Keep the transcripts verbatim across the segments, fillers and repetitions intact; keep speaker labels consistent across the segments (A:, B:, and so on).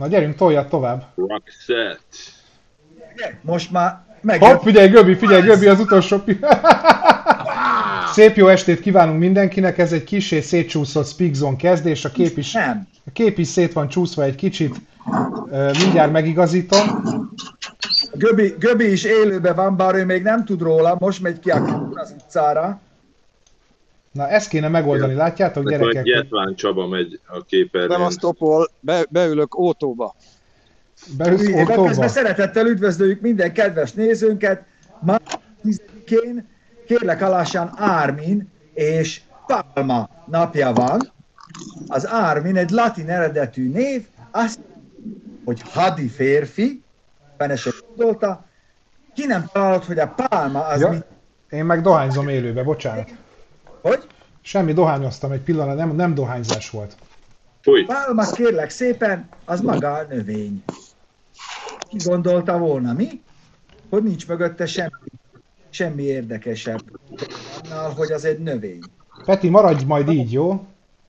A: Na gyerünk, toljad tovább.
B: Roxette.
C: Most már megjött.
A: Hopp, figyelj Göbi, figyelj Göbi, az utolsó pi... Szép jó estét kívánunk mindenkinek, ez egy kissé szétcsúszott Speakzone kezdés, a kép is,
C: Nem.
A: a kép is szét van csúszva egy kicsit, mindjárt megigazítom.
C: Göbi, Göbi is élőben van, bár ő még nem tud róla, most megy ki a az utcára.
A: Na ezt kéne megoldani, látjátok gyerekek?
B: Vagy Jetván Csaba megy a képernyőn.
D: Nem azt topol, be, beülök ótóba.
A: Beülsz
C: Közben
A: autóba?
C: szeretettel üdvözlőjük minden kedves nézőnket. Ma tízedikén kérlek alásán Ármin és Pálma napja van. Az Ármin egy latin eredetű név, azt, hogy hadi férfi, fenese gondolta. Ki nem találod, hogy a Pálma az
A: Ja,
C: mit?
A: én meg dohányzom élőbe, bocsánat.
C: Hogy?
A: Semmi, dohányoztam egy pillanat, nem, nem dohányzás volt.
B: Fúj.
C: Pálma kérlek szépen, az maga a növény. Ki gondolta volna, mi? Hogy nincs mögötte semmi, semmi érdekesebb annál, hogy az egy növény.
A: Peti, maradj majd így, jó?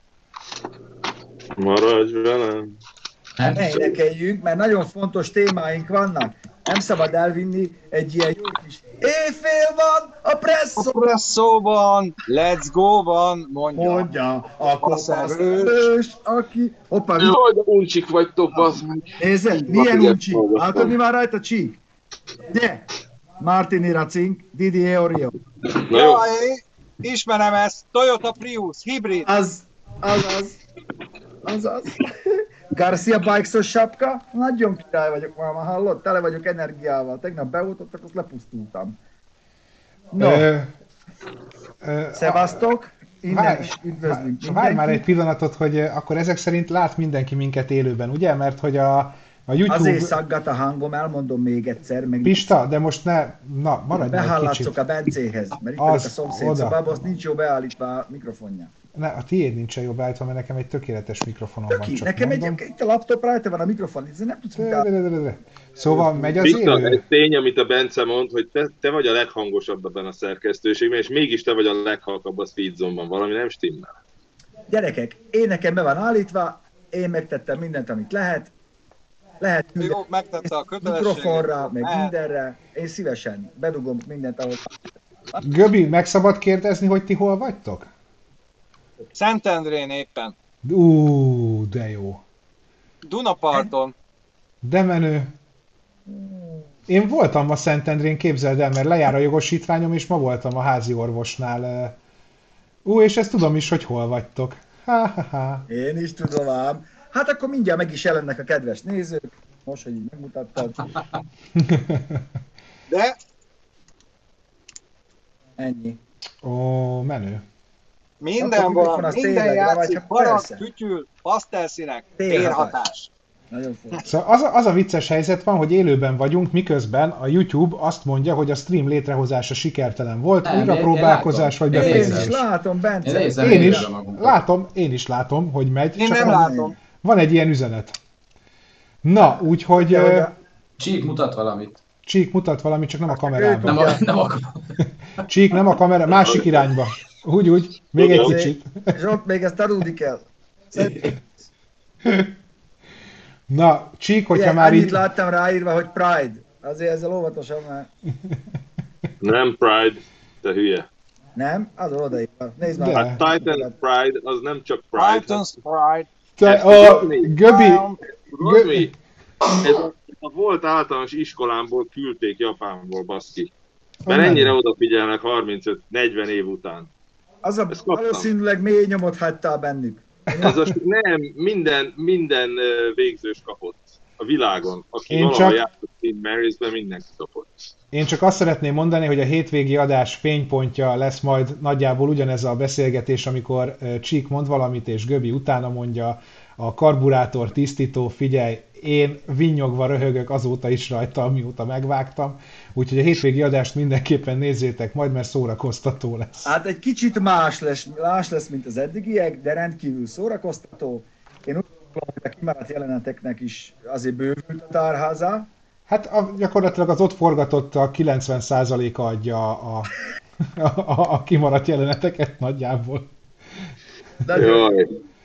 B: Maradj velem.
C: Ne énekeljünk, mert nagyon fontos témáink vannak. Nem szabad elvinni egy ilyen jó kis éjfél van a presszó.
D: A presszóban, let's go van, mondja.
C: Mondja a kopaszörös, aki... Hoppá,
B: Jaj, de uncsik vagytok, bazd meg.
C: nézzed, milyen uncsi. Látod, mi van rajta csík? Ugye? Martini Racing, Didier Orio.
B: Na jó.
D: Jaj, ismerem ezt, Toyota Prius, hibrid.
C: Az, az, az, az, az. Garcia Bikes-os sapka, nagyon király vagyok már, hallod? Tele vagyok energiával. Tegnap beoltottak, azt lepuztultam. No,
A: Ö, ö,
C: szevasztok, innen
A: várj-
C: is üdvözlünk
A: várj- Várj már egy
C: mindenkit.
A: pillanatot, hogy ö, akkor ezek szerint lát mindenki minket élőben, ugye? Mert hogy a, a YouTube...
C: Azért szaggat a hangom, elmondom még egyszer, meg
A: Pista, de most ne... Na, maradj már egy
C: behallatszok
A: kicsit.
C: a Bencéhez, mert itt
A: Az,
C: vagyok a szomszéd
A: oda.
C: szobában, azt nincs jó beállítva a mikrofonja.
A: Ne, a tiéd nincsen jobb állítva, mert nekem egy tökéletes mikrofonom van,
C: Töki,
A: csak
C: nekem egy,
A: mondom.
C: itt a laptop rajta van a mikrofon, itt nem tudsz mit
A: De,
C: áll...
A: de, de, de, de. Szóval megy az
B: Viktor,
A: élő?
B: egy tény, amit a Bence mond, hogy te, te vagy a leghangosabb ebben a szerkesztőségben, és mégis te vagy a leghalkabb a Speedzone-ban. Valami nem stimmel.
C: Gyerekek, én nekem be van állítva, én megtettem mindent, amit lehet. Lehet
D: Jó, megtette a kötelességet.
C: mikrofonra, meg
D: Mehet.
C: mindenre. Én szívesen bedugom mindent, ahol...
A: Göbi, meg szabad kérdezni, hogy ti hol vagytok?
D: Szentendrén éppen,
A: Ú, de jó.
D: Dunaparton.
A: De menő. Én voltam ma Szentendrén, képzeld el, mert lejár a jogosítványom, és ma voltam a házi orvosnál. Ú, és ezt tudom is, hogy hol vagytok. Ha, ha, ha.
C: Én is tudom ám. Hát akkor mindjárt meg is jelennek a kedves nézők. Most, hogy így megmutattad.
D: De
C: Ennyi.
A: Ó, menő.
D: minden
C: Akkor mikrofon
D: van,
C: az
D: minden
C: tényleg,
D: játszik,
C: vagy hát
D: parag,
C: persze.
D: fütyül, pasztelszínek,
C: Térhatás.
D: térhatás.
C: Nagyon fontos.
A: Szóval az a, az a vicces helyzet van, hogy élőben vagyunk, miközben a YouTube azt mondja, hogy a stream létrehozása sikertelen volt,
E: Nem,
A: újra
E: én-
A: próbálkozás vagy
E: én látom.
C: Én is
A: befejezés.
C: látom, Bence.
E: Én nézem,
A: Én is
E: nézem magunkat.
A: látom, én is látom, hogy megy,
D: Én
A: csak
D: nem
A: van-
D: látom.
A: van egy ilyen üzenet. Na, úgyhogy
C: Ja, hogy
A: ö,
C: a-
E: Csík mutat valamit.
A: Csík mutat valamit, csak nem a
C: ő
A: kamerában.
E: Nem,
C: tudja.
E: a, nem akar.
A: Csík nem a kamera, másik irányba. Úgy, úgy, még egy
B: Tudom.
A: kicsit.
C: És ott még ezt tanulni kell.
A: Na, Csík, hogyha
C: Ugye,
A: már
C: annyit
A: így...
C: láttam ráírva, hogy Pride. Azért ezzel óvatosan már.
B: Nem Pride, te hülye.
C: Nem? Az odaírva. Nézd
A: De.
C: már.
B: A Titan Pride az nem csak Pride.
D: Titans Pride.
A: Te,
B: Ezt
A: a
B: tudod mi?
A: Göbi,
B: Tudod
A: Gö-
B: mi? Ez a, a volt általános iskolámból küldték Japánból, baszki. Mert
A: Honnan?
B: ennyire odafigyelnek harmincöt-negyven év után.
C: Az a
B: Ezt kaptam.
C: valószínűleg mély nyomot hagytál bennük.
B: Ez a, nem, minden, minden ö, végzős kapott a világon. Aki
A: Én
B: valahol
A: csak-
B: játszott Team Marys-ben, mindenki kapott.
A: én csak azt szeretném mondani, hogy a hétvégi adás fénypontja lesz majd nagyjából ugyanez a beszélgetés, amikor ö, Csík mond valamit, és Göbi utána mondja, a karburátor tisztító, figyelj, én vinnyogva röhögök azóta is rajta, amióta megvágtam, úgyhogy a hétvégi adást mindenképpen nézzétek majd, mert szórakoztató lesz.
C: Hát egy kicsit más lesz, más lesz, mint az eddigiek, de rendkívül szórakoztató. Én úgy gondolom, hogy a kimaradt jeleneteknek is azért bővült a tárháza.
A: Hát a, gyakorlatilag az ott forgatott a kilencven százaléka adja a, a, a, a kimaradt jeleneteket nagyjából.
C: Nagyon
B: Jaj.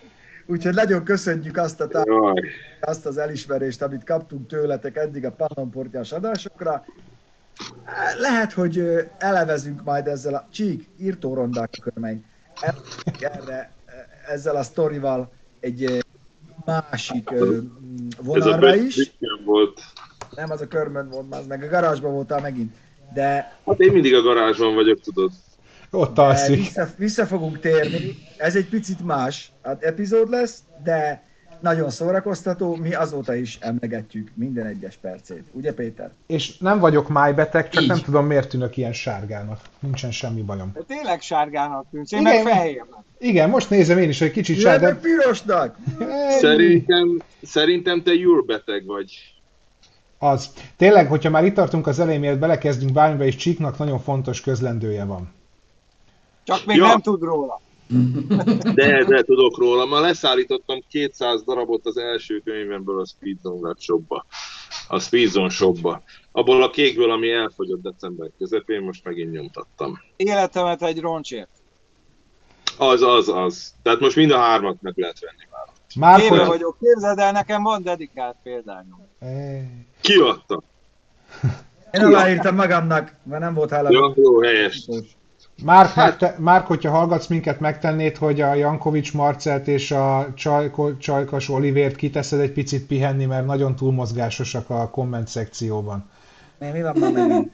C: Úgyhogy nagyon köszönjük azt, a tá-
B: Jaj.
C: azt az elismerést, amit kaptunk tőletek eddig a Pannonportyás adásokra. Lehet, hogy ö, elevezünk majd ezzel a Csík, írtórondák körmegy. Erre, ezzel a sztorival egy ö, másik ö, vonalra
B: Ez a
C: is.
B: Bitcoin volt.
C: Nem, az a körmön volt, az meg a garázsban voltál megint. De
B: Hát én mindig a garázsban vagyok, tudod.
A: Ott
C: de
A: alszik.
C: vissza, vissza fogunk térni. Ez egy picit más hát epizód lesz, de nagyon szórakoztató. Mi azóta is emlegetjük minden egyes percét. Ugye, Péter?
A: És nem vagyok májbeteg, csak
E: Így.
A: nem tudom, miért tűnök ilyen sárgának. Nincsen semmi bajom.
D: De tényleg sárgának tűnsz, én
A: Igen.
D: meg fehérnek.
A: Igen, most nézem én is, hogy kicsit
C: Jöjj meg
A: sárga.
C: pirosnak!
B: Szerintem, szerintem te júrbeteg vagy.
A: Az. Tényleg, hogyha már itt tartunk az elején, miért belekezdünk bármibe, és Csíknak nagyon fontos közlendője van.
D: Csak még
B: Ja.
D: nem tud róla.
B: De, de tudok róla. Ma leszállítottam kétszáz darabot az első könyvemből a Speedzone webshopba. A Speedzone shopba. Abból a kékből, ami elfogyott december közepén, most megint nyomtattam.
D: Életemet egy roncsért.
B: Az, az, az. Tehát most mind a hármat meg lehet venni már.
A: Már
D: Kéve
A: hogy...
D: vagyok, képzeld el, nekem van dedikált példányom.
A: Eh,
B: Kiadta.
C: Én aláírtam magamnak, mert nem volt hála.
B: Jó, jó, helyes.
A: Márk, megte... Márk, hogyha hallgatsz minket, megtennéd, hogy a Jankovics Marcelt és a Csajko... Csajkas Olivért kiteszed egy picit pihenni, mert nagyon túlmozgásosak a komment szekcióban.
C: Mi, mi van ma megint?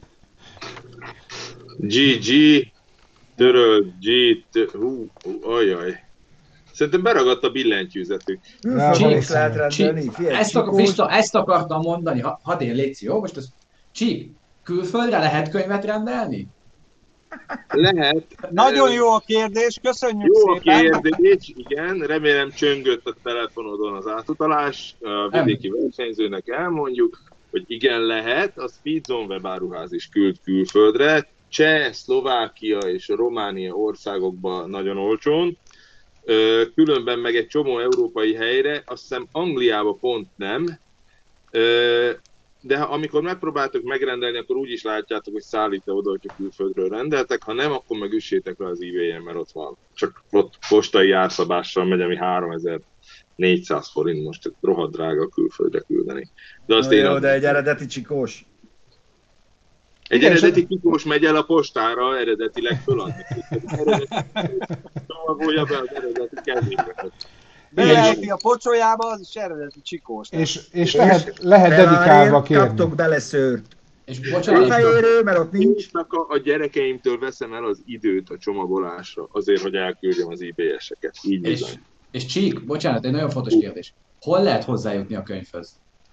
B: gé gé, töröl, G, tö... hú, hú, ajaj. Szerintem beragadt a billentyűzetük.
C: Külföldön is
A: Csík.
C: lehet rendelni. Figyelj,
E: Ezt, akar,
C: Csikós.
E: Pista, ezt akartam mondani, ha, hadd én légy jó, most ez Csík, külföldre lehet könyvet rendelni?
B: Lehet.
D: Nagyon jó a kérdés, köszönjük
B: Jó a
D: szépen.
B: kérdés, igen, remélem csöngött a telefonodon az átutalás, a vidéki versenyzőnek elmondjuk, hogy igen lehet, a Speedzone webáruház is küld külföldre, Cseh, Szlovákia és Románia országokban nagyon olcsón, Ö, különben meg egy csomó európai helyre, azt hiszem Angliába pont nem, Ö, de ha, amikor megpróbáltok megrendelni, akkor úgy is látjátok, hogy szállít-e oda, hogyha külföldről rendeltek, ha nem, akkor meg üssétek le az eBay-en, mert ott van. Csak ott postai árszabással megy, ami háromezer-négyszáz forint, most rohadt drága külföldre küldeni. De azt
C: No,
B: én
C: jó,
B: adom.
C: de egy eredeti Csikós.
B: Egy
A: Igen,
B: eredeti Kikós megy el a postára eredetileg föladni. Eredeti csomagolja be az eredeti kezébe.
D: Bejelenti a pocsolyába, az is eredeti Csikós.
A: És, és lehet, lehet dedikálva kérni.
C: Kaptok bele szőrt.
E: És
C: Nem
E: bocsánat,
C: fehérő, mert ott nincs.
B: Csak a, a gyerekeimtől veszem el az időt a csomagolásra, azért, hogy elküldjem az i bé eseket. Így
E: és,
B: bizony.
E: és Csík, bocsánat, egy nagyon fontos kérdés. Hol lehet hozzájutni a könyvhöz?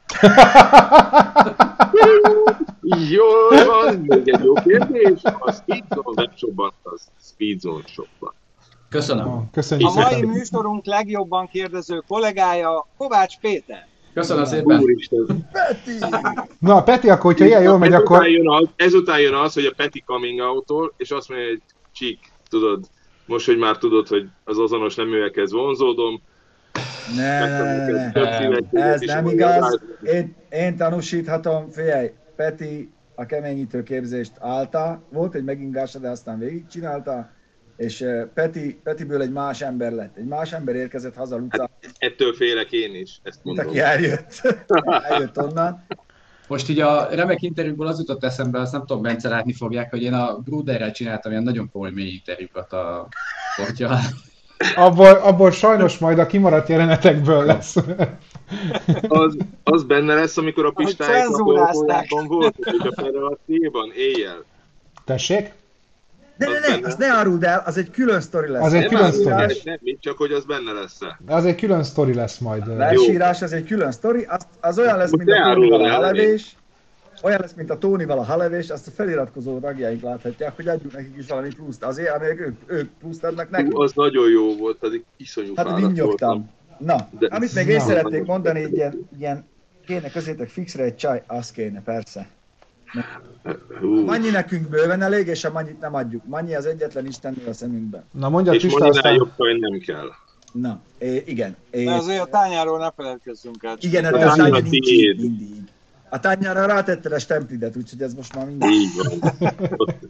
B: Jól van, még egy jó kérdés. A Speedzone webshopban, az Speedzone shopban.
E: Köszönöm.
A: Ah, Köszönjük
D: A mai
A: szépen.
D: műsorunk legjobban kérdező kollégája Kovács Péter.
E: Köszönöm szépen.
B: Úristen.
C: Peti!
A: Na, Peti, akkor, hogyha ilyen jól megy,
B: ezután,
A: akkor...
B: jön az, ezután jön az, hogy a Peti coming out-tól, és azt mondja, hogy Csík, tudod, most, hogy már tudod, hogy az azonos neműekhez vonzódom,
C: Ne, ne, ne, ne. Ez nem igaz. Én, én tanúsíthatom, figyelj, Peti a keményítő képzést állta, volt egy megingása, de aztán végigcsinálta, és eh, Peti, Petiből egy más ember lett. Egy más ember érkezett haza Lucából,
B: Ettől félek én is, ezt
C: mint
B: mondom.
C: aki eljött, eljött onnan.
E: Most így a remek interjúból az jutott eszembe, azt nem tudom, Bence látni fogják, hogy én a Bruderrel csináltam ilyen nagyon komoly mély interjúkat a Portyal.
A: Abból, abból sajnos majd a kimaradt jelenetekből lesz.
B: Az, az benne lesz, amikor a pistáik a
D: cenzúrázták.
B: polgójában volt, hogy a federációban éjjel.
A: Tessék?
C: De ne, ne, azt ne áruld el, az egy külön sztori lesz.
A: Az egy
B: Nem,
A: külön
B: nem,
A: sztori.
B: nem, nem, mit, csak hogy az benne lesz-e.
A: Az egy külön sztori lesz majd.
C: Versírás az egy külön sztori, az, az olyan lesz,
B: Most
C: mint a
B: ne
C: Tónival
B: árulj
C: a
B: el,
C: halevés, olyan lesz, mint a Tónival a halevés, azt a feliratkozó tagjaink láthatják, hogy adjuk nekik is valami pluszt azért, amelyek ők, ők pluszt adnak
B: Hú,
C: nekünk.
B: az nagyon jó volt, pedig iszonyú
C: Hát
B: fáradt voltam.
C: vinnyogtam. Na,
B: De-
C: amit még én
A: Na.
C: szeretnék mondani, egy ilyen, ilyen kéne közétek fixre egy csaj, az kéne, persze.
B: Hú.
C: Mannyi nekünk bőven elég, és a mannyit nem adjuk. Mannyi az egyetlen Istennő a szemünkben.
A: Na mondja
B: És
A: Pista,
B: Moninál
A: aztán...
B: jobb fej nem kell.
C: Na, é, igen. É,
D: De azért a tányáról ne feledkezzünk el.
C: igen, hát
B: a
C: a
B: tányér
C: tánya
B: a
C: nincs
B: tiéd.
C: így mindig. A tányára rátetted a stemplidet, úgyhogy ez most már mindegy.
B: Így van. Ott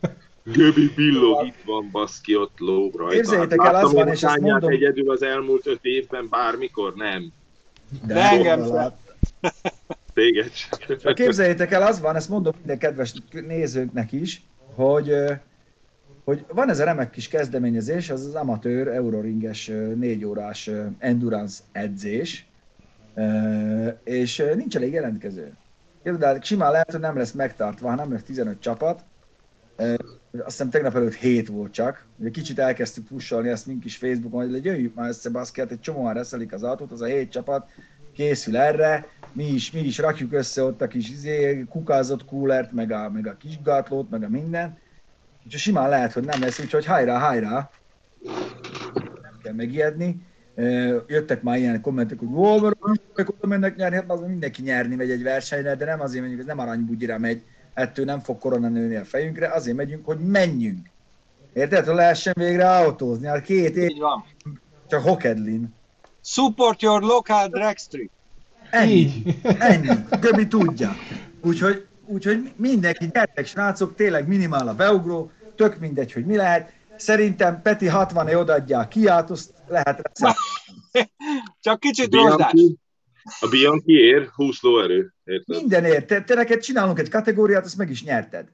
B: Göbi billog, itt van, baszki, ott lóg rajta.
C: Képzeljétek el, az van, és ezt mondom...
B: egyedül az elmúlt öt évben bármikor? Nem.
D: De, De engem sem.
B: Téged sem.
C: Képzeljétek el, az van, ezt mondom minden kedves nézőknek is, hogy, hogy van ez a remek kis kezdeményezés, az az amatőr Euroringes négy órás endurance edzés, és nincs elég jelentkező. Képzeljétek, simán lehet, hogy nem lesz megtartva, ha nem lesz tizenöt csapat. Azt hiszem tegnap előtt hét volt csak. Ugye kicsit elkezdtük pusolni ezt mink is Facebookon, hogy jöjjük már össze, baszki, hát egy csomóan reszelik az autót, az a hét csapat készül erre, mi is, mi is rakjuk össze ott a kis izé, kukázott coolert, meg a, meg a kis gátlót, meg a minden. Úgyhogy simán lehet, hogy nem lesz, úgyhogy hajrá, hajrá! Nem kell megijedni. Jöttek már ilyen kommentek, hogy ó, mert oda mennek nyerni, hát azon mindenki nyerni megy egy versenyre, de nem azért megyünk, ez nem aranybugyira megy, ettől nem fog korona nőni a fejünkre, azért megyünk, hogy menjünk. Érted? Ha lehessen végre autózni, hát két év, csak Hokedlin.
D: Support your local dragstrip.
C: Ennyi, ennyi, Göbi tudja. Úgyhogy, úgyhogy mindenki, gyertek srácok, tényleg minimál a beugró, tök mindegy, hogy mi lehet. Szerintem Peti hatvan-e odaadja a Kiát, azt lehet rá.
D: Csak kicsit rozdás.
B: A Bianchi ér húsz lóerő, érted?
C: Minden ér. Te, te neked csinálunk egy kategóriát, azt meg is nyerted.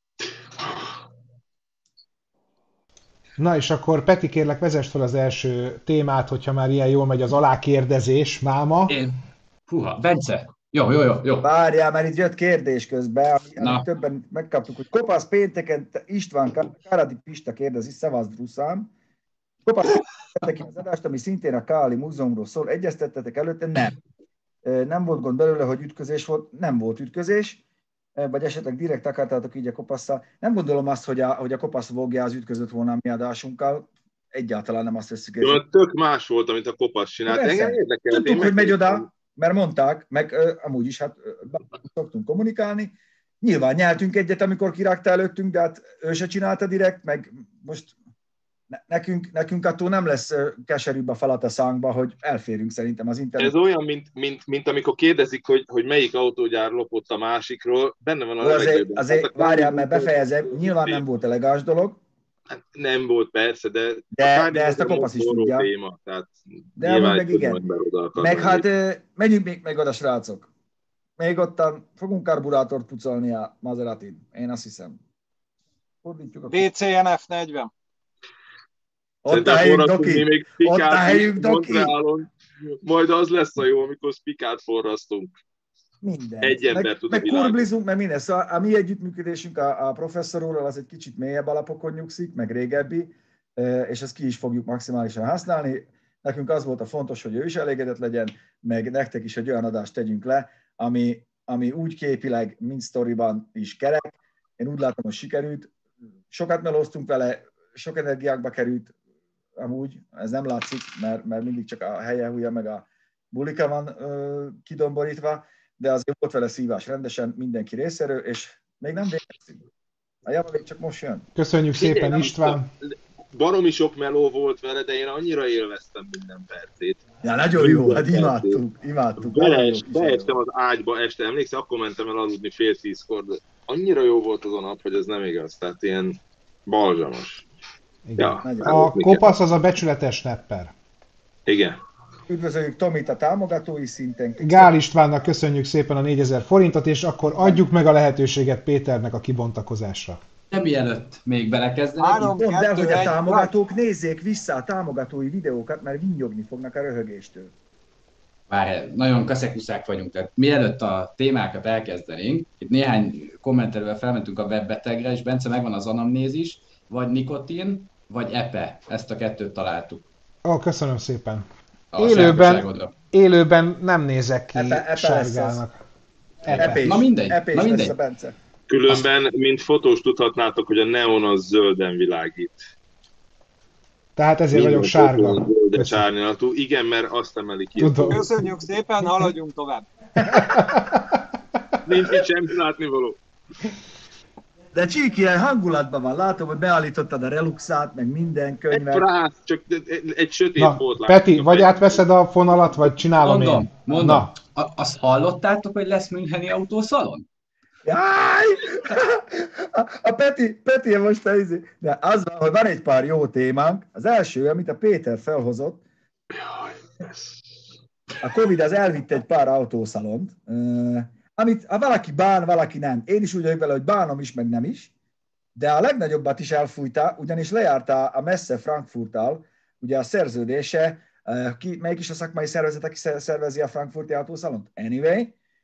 A: Na és akkor Peti, kérlek, vezess fel az első témát, hogyha már ilyen jól megy az alákérdezés, máma.
E: Én. Húha, Bence. Jó, jó, jó, jó.
C: Várjál, mert itt jött kérdés közben, amit többen megkaptuk, hogy kopasz pénteken István Káradi Pista kérdezi, szevasz Druszám. Kopasz pénteken az adást, ami szintén a Káli Múzeumról szól, egyeztettetek előtte? Nem. Nem volt gond belőle, hogy ütközés volt, nem volt ütközés, vagy esetleg direkt akartátok így a kopasszal. Nem gondolom azt, hogy a, hogy a kopasz vogjához ütközött volna a mi adásunkkal, egyáltalán nem azt veszük.
B: Jó, tök más volt, amit a kopasz csinált. Engem érdekel.
C: Tudtuk, hogy megy oda, mert mondták, meg uh, amúgy is hát uh, szoktunk kommunikálni. Nyilván nyeltünk egyet, amikor kirágta előttünk, de hát ő se csinálta direkt, meg most ne, nekünk, nekünk attól nem lesz uh, keserűbb a falat a szánkba, hogy elférünk szerintem az internet.
B: Ez olyan, mint, mint, mint amikor kérdezik, hogy, hogy melyik autógyár lopott a másikról, benne van a
C: levegőben. Azért, azért várjál, mert befejezem, nyilván nem volt elegáns dolog.
B: Nem volt persze, de,
C: de, de ezt a kopasz is tudja.
B: Téma, tehát
C: de meg igen. Meg hát menjünk még meg oda, srácok. Még ottan fogunk karburátort pucolni a Maseratin. Én azt hiszem.
D: Fordítjuk a... bé cé en ef negyven.
C: Ott a helyünk, Doki. Ott a helyünk, Doki.
B: Majd az lesz a jó, amikor spikát forrasztunk.
C: Minden.
B: Egy ember
C: meg,
B: tud
C: meg kurblizunk, meg minden. Szóval a mi együttműködésünk a, a professzor úrral az egy kicsit mélyebb alapokon nyugszik, meg régebbi, és ezt ki is fogjuk maximálisan használni. Nekünk az volt a fontos, hogy ő is elégedett legyen, meg nektek is egy olyan adást tegyünk le, ami, ami úgy képileg, mint sztoriban is kerek. Én úgy látom, hogy sikerült. Sokat melóztunk vele, sok energiákba került, amúgy, ez nem látszik, mert, mert mindig csak a helye, meg a bulika van ö, kidomborítva, de azért volt vele szívás rendesen mindenki részéről, és még nem végeztünk. A javalék csak most jön.
A: Köszönjük szépen, igen, István!
B: Baromi sok meló volt vele, de én annyira élveztem minden percét.
C: Ja, nagyon minden jó, hát imádtuk, imádtuk.
B: Beestem az ágyba este, emlékszem, akkor mentem el aludni fél tízkor, de annyira jó volt az a nap, hogy ez nem igaz, tehát ilyen balzsamos.
A: Ja, a kopasz az a becsületes snapper.
B: Igen.
C: Üdvözöljük Tomit a támogatói szinten.
A: Gál Istvánnak köszönjük szépen a négyezer forintot, és akkor adjuk meg a lehetőséget Péternek a kibontakozásra.
E: De mielőtt még belekezdenek.
C: Mondd el, hogy a támogatók nézzék vissza a támogatói videókat, mert vinnyogni fognak a röhögéstől.
E: Már nagyon kaszekuszák vagyunk, tehát mielőtt a témákat elkezdenénk, itt néhány kommentelővel felmentünk a webbetegre, és Bence megvan az anamnézis, vagy nikotin, vagy epe. Ezt a kettőt találtuk.
A: Ó, köszönöm szépen. Élőben, élőben nem nézek ki epe, epe sárgának.
C: Epe.
E: Na mindegy.
C: Epe
E: Na mindegy.
C: Bence.
B: Különben, mint fotós tudhatnátok, hogy a neon az zölden világít.
A: Tehát ezért
B: minden
A: vagyok sárga.
B: Zöldes árnyalatú. Igen, mert azt emeli ki.
D: Tudom. Köszönjük szépen, haladjunk tovább.
B: Nincs itt semmi látnivaló.
C: De Csík, ilyen hangulatban van. Látom, hogy beállítottad a Reluxát, meg minden könyvet.
B: Egy prász, csak egy, egy sötét
A: Na,
B: volt.
A: Peti, látom, vagy átveszed a fonalat, vagy csinálom
E: mondom,
A: én.
E: Mondom, Na. Azt hallottátok, hogy lesz Müncheni autószalon?
C: Jaj! A, a Peti, Peti most a izé. De az van, hogy van egy pár jó témánk. Az első, amit a Péter felhozott, a Covid az elvitte egy pár autószalont, amit ha valaki bán, valaki nem. Én is úgy vagyok vele, hogy bánom is, meg nem is. De a legnagyobbat is elfújta, ugyanis lejárta a Messe Frankfurttal, ugye a szerződése, ki, melyik is a szakmai szervezet, aki szervezi a frankfurti autószalont? Anyway.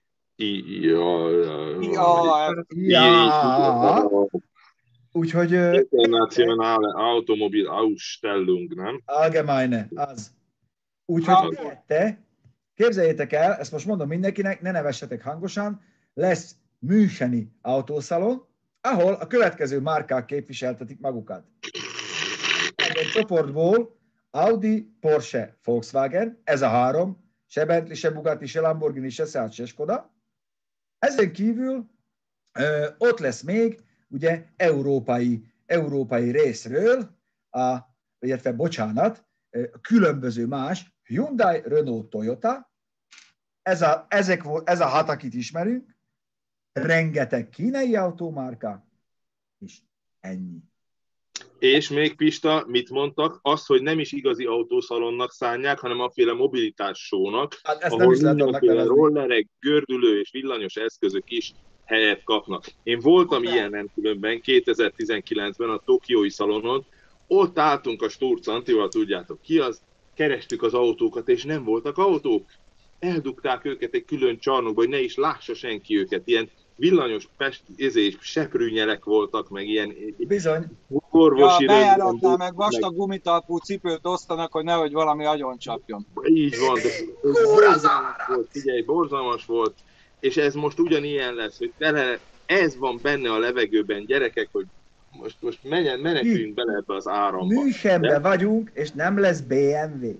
B: Ja,
D: Ja,
C: ja. Úgyhogy...
B: Internationale Automobil Ausstellung, nem?
C: Allgemeine, az. Úgyhogy te, képzeljétek el, ezt most mondom mindenkinek, ne nevessetek hangosan, lesz müncheni autószalon, ahol a következő márkák képviseltetik magukat. Egy csoportból Audi, Porsche, Volkswagen, ez a három, se Bentley, se Bugatti, se Lamborghini, se Seat, se Skoda. Ezen kívül ö, ott lesz még, ugye, európai, európai részről, a, illetve bocsánat, ö, különböző más, Hyundai, Renault, Toyota, ez a, ezek, ez a hat, akit ismerünk, rengeteg kínai autómárka, és ennyi.
B: És még Pista, mit mondtak? Az, hogy nem is igazi autószalonnak szánják, hanem aféle mobilitás show-nak,
C: Hát ezt nem
B: ahol
C: is lehet annak
B: mindenféle
C: nevezni.
B: rollerek, gördülő és villanyos eszközök is helyet kapnak. Én voltam ilyenen különben kétezer-tizenkilencben a tokiói szalonon, ott álltunk a Sturz Antival, tudjátok ki az, kerestük az autókat, és nem voltak autók. Eldugták őket egy külön csarnokba, hogy ne is lássa senki őket. Ilyen villanyos pest, és seprűnyelek voltak, meg ilyen
C: Bizony.
B: orvosi
D: ja,
B: rövid-
D: bejáratnál meg vastag gumitalpú cipőt osztanak, hogy nehogy valami agyon csapjon.
B: Így van, de ez borzalmas volt, figyelj, borzalmas volt, és ez most ugyanilyen lesz, hogy tele, ez van benne a levegőben, gyerekek, hogy most, most menjen, meneküljünk bele ebbe az áramba.
C: Műhelyben
B: De-
C: vagyunk, és nem lesz bé em vé.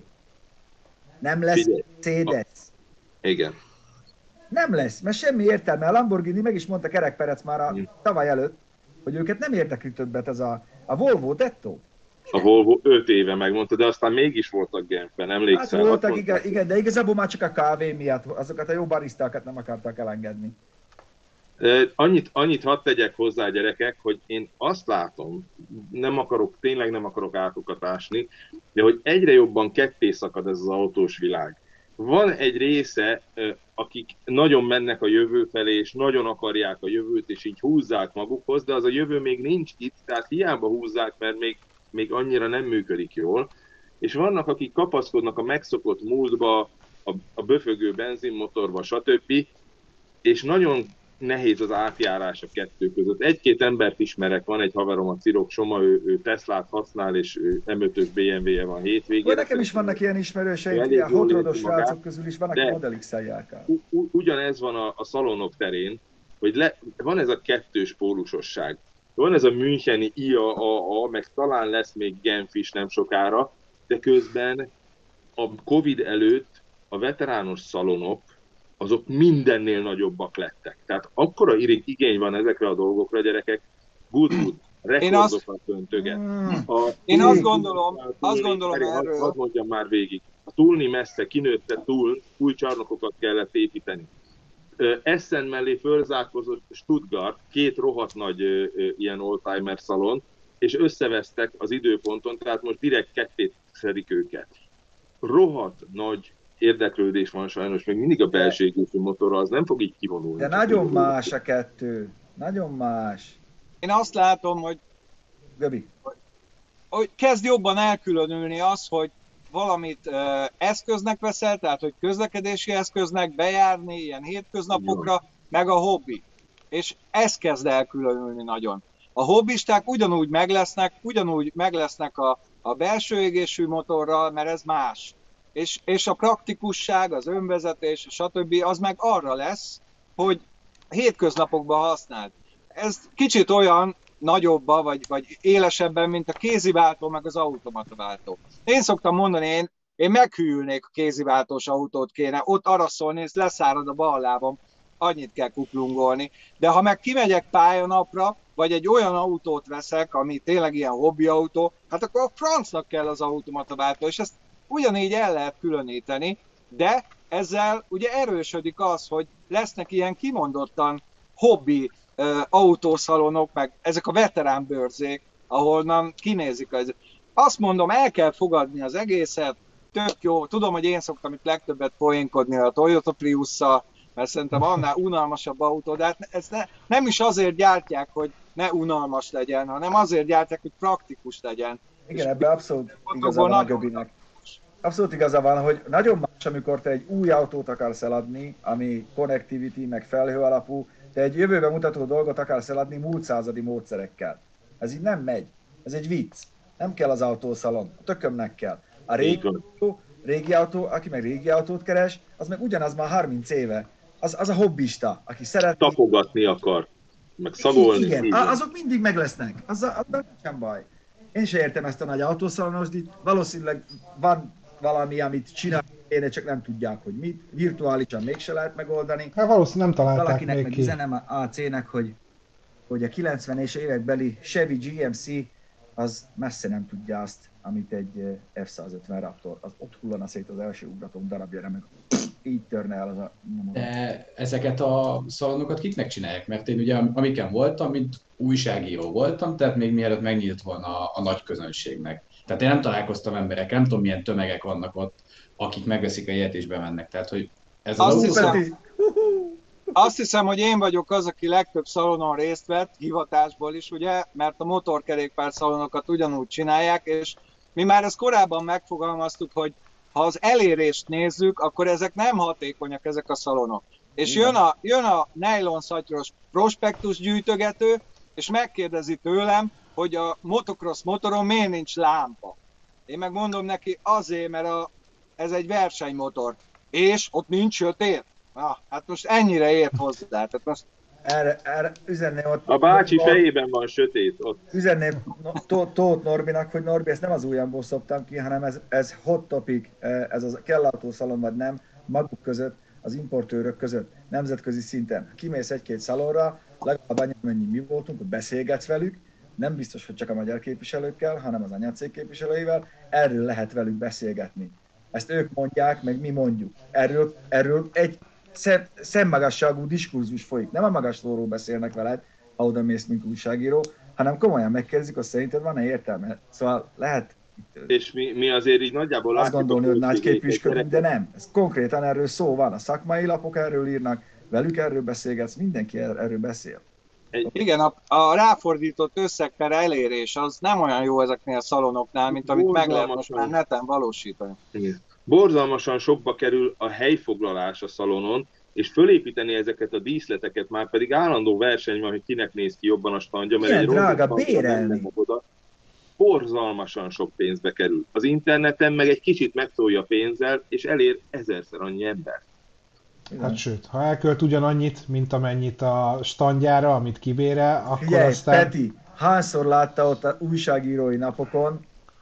C: Nem lesz
B: Figyelj.
C: Mercedes.
B: Igen.
C: Nem lesz, mert semmi értelme. A Lamborghini meg is mondta Kerek Perec már a
B: Hmm.
C: tavaly előtt, hogy őket nem érdekli többet ez a, a Volvo Detto.
B: A Volvo öt éve megmondta, de aztán mégis voltak Genfben,
C: Hát
B: emlékszel?
C: voltak,
B: Ott
C: igen, igen, de igazából már csak a kávé miatt, azokat a jó barisztákat nem akartak elengedni.
B: Eh, Annyit, annyit hadd tegyek hozzá, gyerekek, hogy én azt látom, nem akarok, tényleg nem akarok átokat ásni, de hogy egyre jobban ketté szakad ez az autós világ. Van egy része, eh, akik nagyon mennek a jövő felé, és nagyon akarják a jövőt, és így húzzák magukhoz, de az a jövő még nincs itt, tehát hiába húzzák, mert még, még annyira nem működik jól. És vannak, akik kapaszkodnak a megszokott múltba, a, a böfögő benzinmotorba, stb., és nagyon nehéz az átjárás a kettő között. Egy-két embert ismerek, van egy haverom, a Cirok Soma, ő, ő Teslát használ, és ő em ötös bé em vé-je van hétvégén.
C: Vagy nekem is vannak ilyen ismerőseim,
B: Elég
C: ilyen
B: jól
C: hotrodos
B: érzi magát,
C: srácok közül is van, aki
B: de-
C: Model X-el járkál.
B: U- u- ugyanez van a, a szalonok terén, hogy le, van ez a kettős pólusosság. Van ez a müncheni i á á á, meg talán lesz még Genf is nem sokára, de közben a Covid előtt a veterános szalonok, azok mindennél nagyobbak lettek. Tehát akkora igény van ezekre a dolgokra, gyerekek, good, good, rekordokat öntöget.
C: Mm.
B: A,
D: Én
C: azt
D: gondolom,
B: a
D: azt gondolom
B: Feri, hadd-
D: erről.
B: hadd mondjam már végig. A túlni messze, kinőtte túl, új csarnokokat kellett építeni. Ö, Essen mellé fölzárkozott Stuttgart, két rohadt nagy ö, ö, ilyen oldtimer szalon, és összevesztek az időponton, tehát most direkt ketté szedik őket. Rohadt nagy érdeklődés van sajnos, még mindig a belső égésű motorra, az nem fog így kivonulni.
C: De nagyon más a kettő. Nagyon más.
D: Én azt látom, hogy,
C: Göbi.
D: hogy kezd jobban elkülönülni az, hogy valamit uh, eszköznek veszel, tehát hogy közlekedési eszköznek bejárni ilyen hétköznapokra, meg a hobbi. És ez kezd elkülönülni nagyon. A hobbisták ugyanúgy meglesznek, ugyanúgy meglesznek a, a belső égésű motorral, mert ez más. És, és a praktikusság, az önvezetés, stb. Az meg arra lesz, hogy hétköznapokban használd. Ez kicsit olyan nagyobba, vagy, vagy élesebben, mint a kéziváltó, meg az automataváltó. Én szoktam mondani, én, én meghűlnék a kéziváltós autót kéne, ott araszolni, és leszárad a bal lábam, annyit kell kuplungolni. De ha meg kimegyek pályanapra, vagy egy olyan autót veszek, ami tényleg ilyen hobbiautó, hát akkor a francnak kell az automataváltó, és ezt ugyanígy el lehet különíteni, de ezzel ugye erősödik az, hogy lesznek ilyen kimondottan hobbi uh, autószalonok, meg ezek a veterán bőrzék, ahol kinézik az. Azt mondom, el kell fogadni az egészet, tök jó. Tudom, hogy én szoktam itt legtöbbet poénkodni a Toyota Priusszal, mert szerintem annál unalmasabb autó, de hát ezt ne, nem is azért gyártják, hogy ne unalmas legyen, hanem azért gyártják, hogy praktikus legyen.
C: Igen, ebben abszolút igaza van a Göbinek. Abszolút igaza van, hogy nagyon más, amikor te egy új autót akarsz eladni, ami connectivity, meg felhő alapú, te egy jövőbe mutató dolgot akarsz eladni múlt századi módszerekkel. Ez így nem megy. Ez egy vicc. Nem kell az autószalon. A tökömnek kell. A régi autó, régi autó, aki meg régi autót keres, az meg ugyanaz már harminc éve. Az, az a hobbista, aki szeret...
B: Tapogatni akar, meg szagolni.
C: Igen, igen. Azok mindig meg lesznek. Azzal, azzal sem baj. Én sem értem ezt a nagy autószalonosdit. Valószínűleg van valami, amit csinálni kéne, csak nem tudják, hogy mit. Virtuálisan mégse lehet megoldani.
A: Hát valószínűleg nem találták
C: valakinek
A: még
C: meg
A: ki.
C: üzenem a á cé-nek, hogy, hogy a kilencvenes évekbeli Chevy gé em cé az messze nem tudja azt, amit egy ef száz ötven Raptor. Az ott hullana szét az első ugratom darabjára, meg így törne el az a...
E: De ezeket a szalonokat kiknek csinálják? Mert én ugye amiken voltam, mint újságíró voltam, tehát még mielőtt megnyílt volna a, a nagy közönségnek. Tehát én nem találkoztam emberek, nem tudom milyen tömegek vannak ott, akik megveszik a jegyet és bemennek. Tehát, hogy ez az
D: Azt
E: hiszem,
D: hiszem, azt hiszem, hogy én vagyok az, aki legtöbb szalonon részt vett, hivatásból is, ugye, mert a motorkerékpár szalonokat ugyanúgy csinálják, és mi már ezt korábban megfogalmaztuk, hogy ha az elérést nézzük, akkor ezek nem hatékonyak, ezek a szalonok. És jön a, jön a nejlonszatyros prospektus gyűjtögető, és megkérdezi tőlem, hogy a motocross motoron miért nincs lámpa. Én meg mondom neki, azért, mert a, ez egy versenymotor. És ott nincs sötét? Na, hát most ennyire ért hozzá. Tehát most...
C: Erre, erre üzenném ott...
B: A bácsi fejében van sötét ott.
C: Üzenném Tóth Norbinak, hogy Norbi, ezt nem az ujjamból szoptam ki, hanem ez, ez hot topic, ez az kell autószalon vagy nem, maguk között, az importőrök között, nemzetközi szinten. Kimész egy-két szalonra, legalább annyi mi voltunk, hogy beszélgetsz velük, nem biztos, hogy csak a magyar képviselőkkel, hanem az anyacég képviselőivel, erről lehet velük beszélgetni. Ezt ők mondják, meg mi mondjuk. Erről, erről egy szem, szemmagasságú diskurzus folyik. Nem a magaslóról beszélnek veled, ha oda mész, mint újságíró, hanem komolyan megkérdezik, hogy szerinted van-e értelme. Szóval lehet...
B: És mi, mi azért így nagyjából
C: azt gondolni, hogy nagy képviselők, de nem. Ez konkrétan erről szó van. A szakmai lapok erről írnak, velük erről beszélgetsz, mindenki erről beszél.
D: Egy... Igen, a, a ráfordított összeg per elérés az nem olyan jó ezeknél a szalonoknál, mint amit meg lehet most már neten valósítani.
B: Igen. Borzalmasan sokba kerül a helyfoglalás a szalonon, és fölépíteni ezeket a díszleteket, már pedig állandó verseny van, hogy kinek néz ki jobban a standja, mert
C: ilyen
B: egy
C: drága bérelni.
B: Oda, borzalmasan sok pénzbe kerül. Az interneten meg egy kicsit megtolja pénzzel, és elér ezerszer annyi ember.
A: Hát sőt, ha elkölt ugyanannyit, mint amennyit a standjára, amit kibérel, akkor
C: Figyelj,
A: aztán...
C: Peti, hányszor látta ott a újságírói napokon,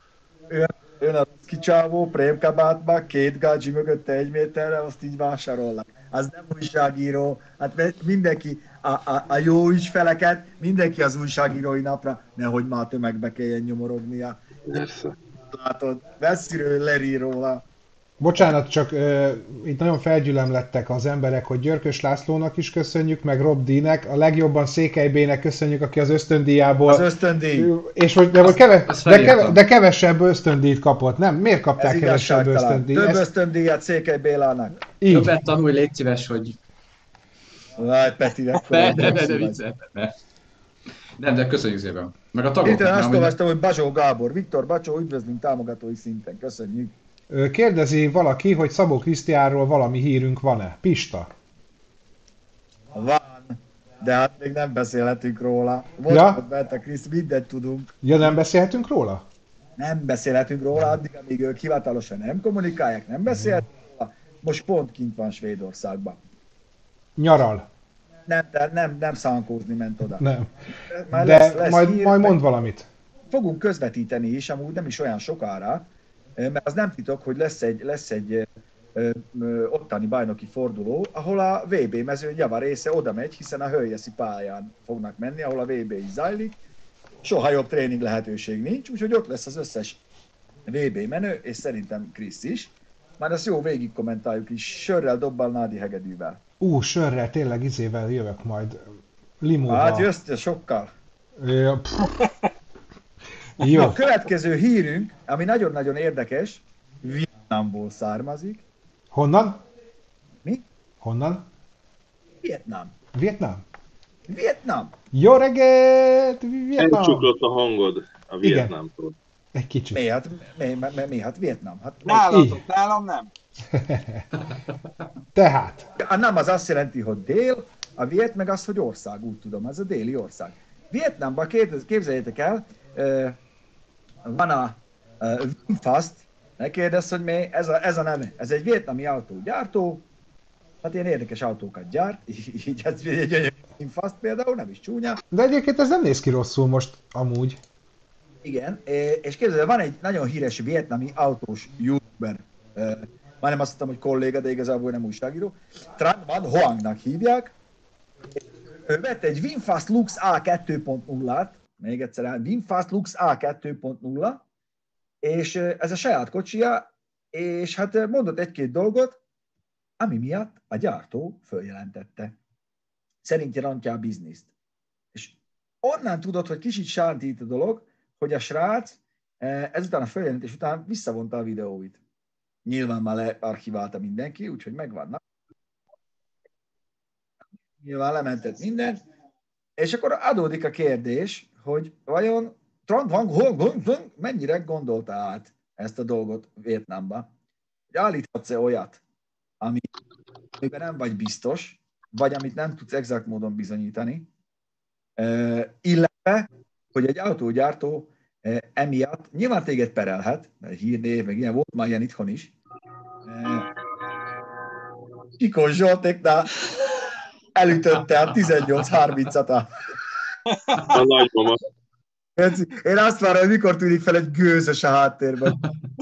C: ön, ön a kicsávó prémkabátban, két gácsi mögötte egy méterre, azt így vásárolnak. Az nem újságíró, hát mindenki, a, a, a jó ügyfeleket, mindenki az újságírói napra, nehogy már tömegbe kelljen nyomorognia.
B: Persze.
C: Látod, messziről lerír róla.
A: Bocsánat, csak uh, itt nagyon felgyülemlettek az emberek, hogy Györkös Lászlónak is köszönjük, meg Rob D-nek, a legjobban Székely B-nek köszönjük, aki az ösztöndíjából...
C: Az ösztöndíj!
A: És hogy, de, hogy keve, de, keve, de kevesebb ösztöndíjt kapott, nem? Miért kapták
C: ez
A: kevesebb ösztöndíjat?
C: Több
A: Ezt...
C: ösztöndíjat Székely Bélának.
E: Többet tanulj, légy szíves, hogy...
C: Vaj, Petinek
E: ne, ne, ne, ne, ne. Nem, de köszönjük szépen. Meg a tagoknak.
C: Itt azt olvastam, hogy Bazsó Gábor, Viktor Bacsó, üdvözlünk támogatói szinten. Köszönjük.
A: Kérdezi valaki, hogy Szabó Krisztiánról valami hírünk van-e? Pista?
C: Van, de hát még nem beszélhetünk róla. Most
A: ja?
C: Mert a Krisz, mindent tudunk.
A: Ja, nem beszélhetünk róla?
C: Nem beszélhetünk róla, addig, amíg ők hivatalosan nem kommunikálják, nem beszélhetünk róla. Most pont kint van Svédországban.
A: Nyaral?
C: Nem, de nem, nem szánkózni ment oda.
A: Nem.
C: Már
A: de
C: lesz, lesz
A: majd,
C: hír,
A: majd mond valamit.
C: Fogunk közvetíteni is, amúgy nem is olyan sokára, mert az nem titok, hogy lesz egy, lesz egy ö, ö, ottani bajnoki forduló, ahol a vé bé mezőny java része oda megy, hiszen a Hölgyeszi pályán fognak menni, ahol a vé bé is zajlik. Soha jobb tréning lehetőség nincs, úgyhogy ott lesz az összes vé bé menő, és szerintem Krisz is. Már ezt jó végig kommentáljuk is, sörrel, dobbal, nádi hegedűvel.
A: Ú, sörrel, tényleg izével jövök majd. Limóval.
C: Hát jössz sokkal.
A: Ja, jó.
C: A következő hírünk, ami nagyon-nagyon érdekes, Vietnamból származik.
A: Honnan?
C: Mi?
A: Honnan?
C: Vietnam.
A: Vietnám?
C: Vietnam.
A: Jó reggelt! Vietnám!
B: Elcsuklott a hangod a Vietnámtól.
A: Egy kicsit.
C: Mi? Hát, mi, mi, mi, hát Vietnam. Hát,
D: Nálatok, nálam nem.
A: Tehát.
C: a nem az azt jelenti, hogy dél, a viet meg az, hogy ország, úgy tudom, ez a déli ország. Vietnamban képzeljétek el, van a VinFast, ne kérdezz, hogy mi, ez a, ez a neve, ez egy vietnami autógyártó, hát ilyen érdekes autókat gyárt, így ez egy gyönyörű VinFast például, nem is csúnya.
A: De egyébként ez nem néz ki rosszul most, amúgy.
C: Igen, és képzeld, van egy nagyon híres vietnami autós youtuber, majdnem azt mondtam, hogy kolléga, de igazából nem újságíró, Tran Van Hoangnak hívják. Ő vett egy VinFast Lux A kettő pont nullát, még egyszer, VinFast Lux A kettő pont nulla, és ez a saját kocsija, és hát mondott egy-két dolgot, ami miatt a gyártó följelentette. Szerintje rontja a bizniszt. És onnan tudod, hogy kicsit sántít a dolog, hogy a srác ezután a följelentés után visszavonta a videóit. Nyilván már learchiválta mindenki, úgyhogy megvannak. Nyilván lementett mindent. És akkor adódik a kérdés, hogy vajon Tran Van Hoang mennyire gondolta át ezt a dolgot Vietnamban. Hogy állíthatsz-e olyat, amiben nem vagy biztos, vagy amit nem tudsz exakt módon bizonyítani, illetve, hogy egy autógyártó emiatt nyilván téged perelhet, mert hírnév, meg ilyen volt már ilyen itthon is. Csikós Zsoltéknál elütötte a tizennyolc harmincat a...
B: A nagymama.
C: Én azt várom, hogy mikor tűnik fel egy gőzös a háttérben.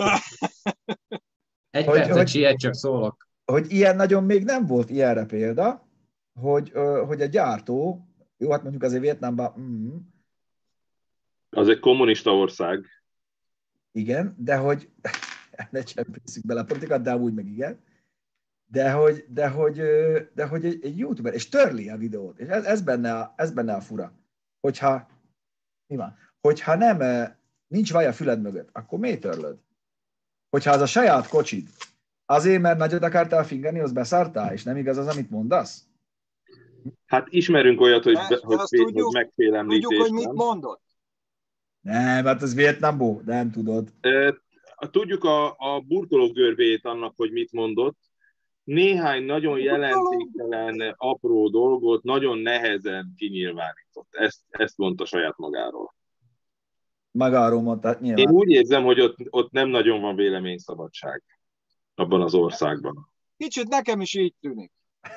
E: Egy
C: hogy,
E: percet
C: hogy,
E: siet, csak szólok.
C: Hogy ilyen nagyon még nem volt ilyenre példa, hogy, hogy a gyártó, jó, hát mondjuk azért Vietnámban, mm,
B: az egy kommunista ország.
C: Igen, de hogy, ne csempészünk bele a politikát, de úgy meg igen, de hogy, de hogy, de hogy egy, egy youtuber, és törli a videót, és ez, ez, benne a, ez benne a fura, hogyha, mi van, hogyha nem, nincs vaj a füled mögött, akkor miért törlöd? Hogyha az a saját kocsid, azért, mert nagyot akartál fingani, az beszartál, és nem igaz az, amit mondasz?
B: Hát ismerünk olyat, hogy,
D: de,
B: hogy,
D: de
B: hogy,
D: tudjuk,
B: hogy megfélemlítés.
D: Tudjuk, hogy mit mondott.
C: Nem, hát ez Vietnamból, nem tudod.
B: E, tudjuk a, a burkológörbét annak, hogy mit mondott. Néhány nagyon jelentéktelen, apró dolgot nagyon nehezen kinyilvánított. Ezt, ezt mondta saját magáról.
C: Magáról mondta, nyilván.
B: Én úgy érzem, hogy ott, ott nem nagyon van véleményszabadság abban az országban.
D: Kicsit nekem is így tűnik.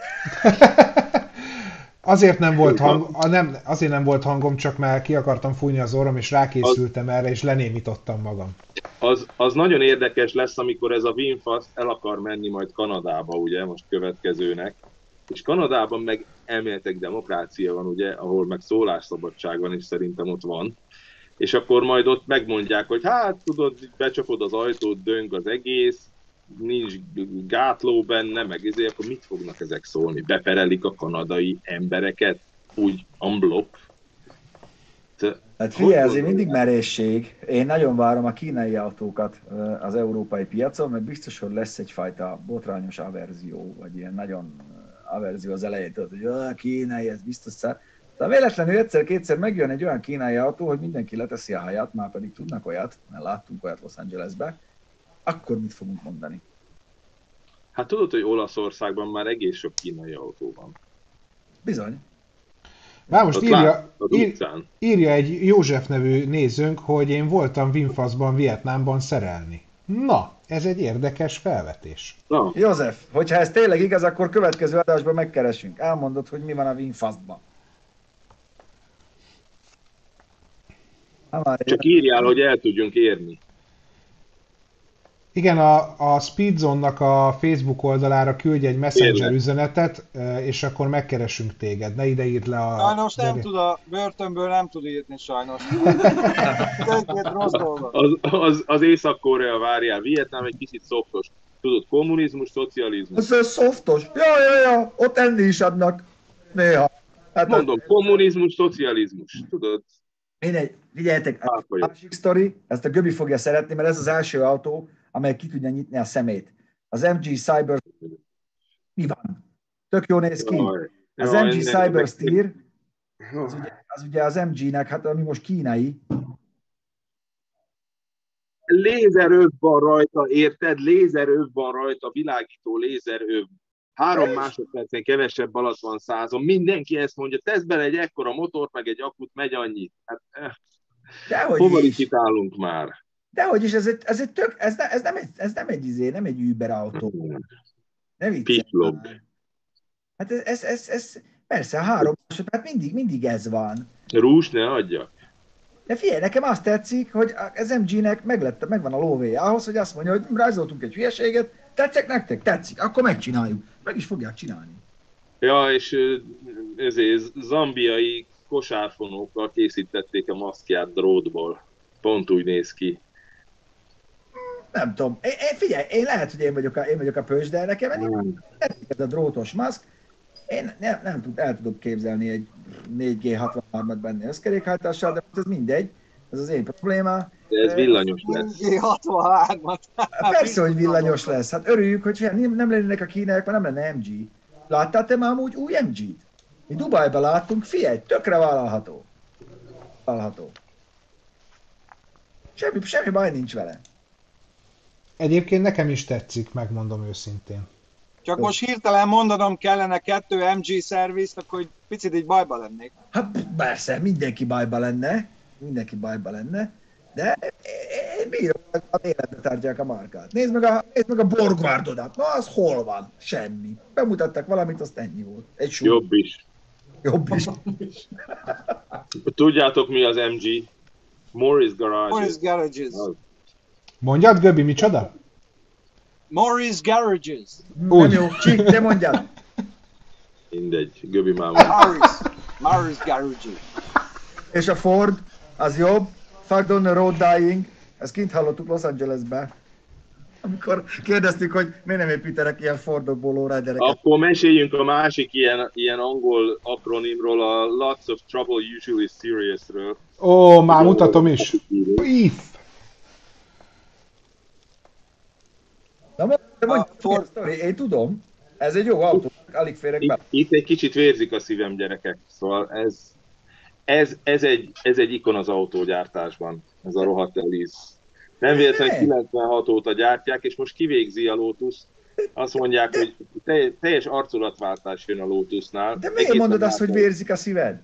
A: Azért nem volt hang, nem, azért nem volt hangom, csak már ki akartam fújni az orrom, és rákészültem erre, és lenémítottam magam.
B: Az, az nagyon érdekes lesz, amikor ez a VinFast el akar menni majd Kanadába, ugye, most következőnek. És Kanadában meg elméletek demokrácia van, ugye, ahol meg szólásszabadság van, és szerintem ott van. És akkor majd ott megmondják, hogy hát tudod, becsapod az ajtót, döng az egész, nincs gátló benne, meg ezért, akkor mit fognak ezek szólni? Beperelik a kanadai embereket úgy unblock?
C: Hát figyelj, azért mindig merészség. Én nagyon várom a kínai autókat az európai piacon, mert biztos, hogy lesz egyfajta botrányos averzió, vagy ilyen nagyon averzió az elején, tudod, hogy a kínai, ez biztos szár. De véletlenül egyszer-kétszer megjön egy olyan kínai autó, hogy mindenki leteszi a haját, már pedig tudnak olyat, mert láttunk olyat Los Angelesbe, akkor mit fogunk mondani?
B: Hát tudod, hogy Olaszországban már egész sok kínai autó van.
C: Bizony.
A: Már most írja, ír,
B: utcán.
A: írja egy József nevű nézőnk, hogy én voltam VinFastban, Vietnámban szerelni. Na, ez egy érdekes felvetés.
B: Na.
C: József, hogyha ez tényleg igaz, akkor következő adásban megkeresünk. Elmondod, hogy mi van a VinFastban.
B: Csak írjál, hogy el tudjunk érni.
A: Igen, a, a Speedzone-nak a Facebook oldalára küldj egy Messenger
B: Érlek.
A: üzenetet, és akkor megkeresünk téged. Ne ide írd le a...
D: Sajnos nem tud a börtönből, nem tud írni sajnos. Egy-két rossz dolgot.
B: Az, az, az Észak-Korea, várjál, Vietnám egy kicsit szoftos. Tudod, kommunizmus, szocializmus.
C: Ez szoftos. Ja, ja, ja, ott enni is adnak. Néha. Hát
B: Mondom,
C: a,
B: kommunizmus, szocializmus, tudod?
C: én egy, figyeljetek, a
B: Átvagyok.
C: másik sztori, ezt a Göbi fogja szeretni, mert ez az első autó, amely ki tudja nyitni a szemét. Az em gé Cyber, mi van? Tök jó néz ki.
B: Jaj.
C: Az
B: Jaj,
C: em gé
B: ennek-
C: Cyber Steer, az ugye, az ugye az em gének, hát ami most kínai,
B: Lézeröv van rajta, érted? Lézeröv van rajta, világító lézeröv. Három másodpercen kevesebb alatt van százon. Mindenki ezt mondja, tesz bele egy ekkora motort, meg egy akut, megy annyit. Hát, eh,
C: dehogy
B: hova
C: is,
B: licitálunk már?
C: dehogy is, ez egy, ez egy tök, ez, ne, ez, nem egy, ez nem egy izé, nem egy Uber autó. Ne viccelj
B: Pitlog.
C: már. Hát ez, ez, ez, ez, persze, három másodperc, mindig, mindig ez van.
B: Rúst ne adja.
C: De figyelj, nekem azt tetszik, hogy az em gének meg lett, megvan a lóvéja ahhoz, hogy azt mondja, hogy rajzoltunk egy hülyeséget, tetszik nektek? Tetszik, akkor megcsináljuk. Meg is fogják csinálni.
B: Ja, és ö, ezért zambiai kosárfonókkal készítették a maszkját drótból. Pont úgy néz ki.
C: Nem tudom. Én, én, figyelj, én lehet, hogy én vagyok a, én vagyok a pös, de nekem
B: Nem.
C: tetszik ez a drótos maszk. Én nem, nem tud, el tudok képzelni egy négy gé hatvanhárom-at benne összkerékhajtással, de ez mindegy. Ez az én probléma.
B: De ez villanyos lesz.
D: G hatvanhármat.
C: Persze, hogy villanyos lesz. Hát örüljük, hogy nem, nem lennének a kínaiak, mert nem lenne em gé. Láttál te már amúgy új em gét? Mi Dubajban láttunk, figyelj, tökre vállalható. Vállalható. Semmi, semmi baj nincs vele.
A: Egyébként nekem is tetszik, megmondom őszintén.
D: Csak most hirtelen mondanom kellene kettő em gé szervizt, akkor egy picit így bajba lennék.
C: Hát persze, mindenki bajba lenne, mindenki bajba lenne, de én bírom, hogy a életbe tartják a markát. Nézd meg a, nézd meg a Borgwardodat, na az hol van? Semmi. Bemutattak valamit, azt ennyi volt. Egy súly.
B: Jobb is.
C: Jobb is.
B: Tudjátok mi az em gé? Morris Garage.
D: Morris Garages.
A: Mondjad, Göbi, micsoda?
D: Morris Garages.
C: Nem
A: Úgy.
C: jó, Csík, te mondjad.
B: Mindegy, Göbi már mondta.
D: Morris. Morris Garages.
C: És a Ford, az jobb. Fuck on the road dying. Ezt kint hallottuk Los Angelesben. Amikor kérdeztük, hogy miért nem építenek ilyen Fordokból lowridereket.
B: Akkor meséljünk a másik ilyen, ilyen angol akronimról, a Lots of Trouble Usually Seriousről.
A: Ó, már mutatom is. If.
C: Na mondj, mondj,
D: A Ford-
C: Ford... én tudom. Ez egy jó autó, alig férek
B: Itt,
C: be.
B: itt egy kicsit vérzik a szívem, gyerekek. Szóval ez, ez, ez, egy, ez egy ikon az autógyártásban, ez a rohadt Elise. Nem véletlenül
C: Ne.
B: kilencvenhat óta gyártják, és most kivégzi a Lotus. Azt mondják, hogy te- teljes arculatváltás jön a Lotusnál.
C: De miért
B: Egészen
C: mondod azt, hogy
B: látom.
C: vérzik a szíved?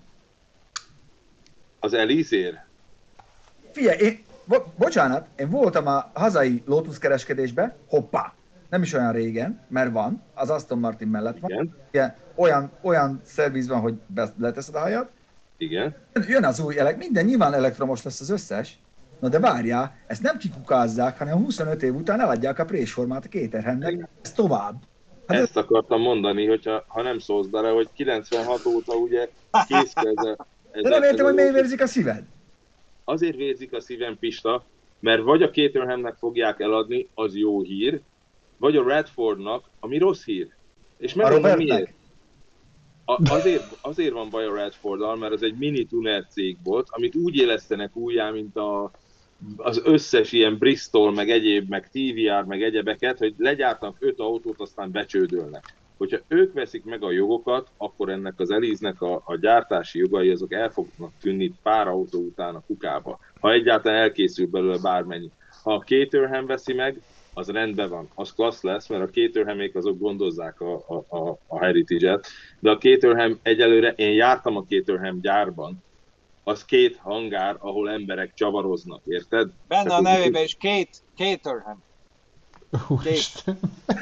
B: Az Elise-ér?
C: Figyelj, én, bo- bocsánat, én voltam a hazai Lotus kereskedésben, hoppá, nem is olyan régen, mert van, az Aston Martin mellett van.
B: Igen,
C: Igen, olyan, olyan szerviz van, hogy be- leteszed a hajat.
B: igen.
C: Jön az új elek, minden nyilván elektromos lesz az összes. Na de várjál, ezt nem kikukázzák, hanem huszonöt év után eladják a présformát a Caterhamnek, ez tovább. Hát ez,
B: Ezt akartam mondani, hogyha ha nem szólsz bele, hogy kilencvenhat óta ugye készül ez a... Ez
C: de nem
B: a- ez
C: értem,
B: a
C: hogy miért
B: Lotus.
C: vérzik a szíved.
B: Azért vérzik a szívem, Pista, mert vagy a Caterhamnek fogják eladni, az jó hír, vagy a Radfordnak, ami rossz hír. És
C: A
B: megmondom
C: Robertnek.
B: miért. A, azért, azért van baj a Radforddal, mert az egy mini tuner cég volt, amit úgy élesztenek újjá, mint a, az összes ilyen Bristol, meg egyéb, meg té vé er, meg egyebeket, hogy legyártanak öt autót, aztán becsődölnek. Hogyha ők veszik meg a jogokat, akkor ennek az Elise-nek a, a gyártási jogai azok el fognak tűnni pár autó után a kukába. Ha egyáltalán elkészül belőle bármennyi. Ha a Caterham veszi meg, az rendben van, az klassz lesz, mert a Caterhamék azok gondozzák a, a, a, a Heritage-et, de a Caterham egyelőre, én jártam a Caterham gyárban, az két hangár, ahol emberek csavaroznak, érted?
D: Benne
B: Csak
D: a
B: úgy-
D: nevében is Kate, Caterham.
A: Úristen.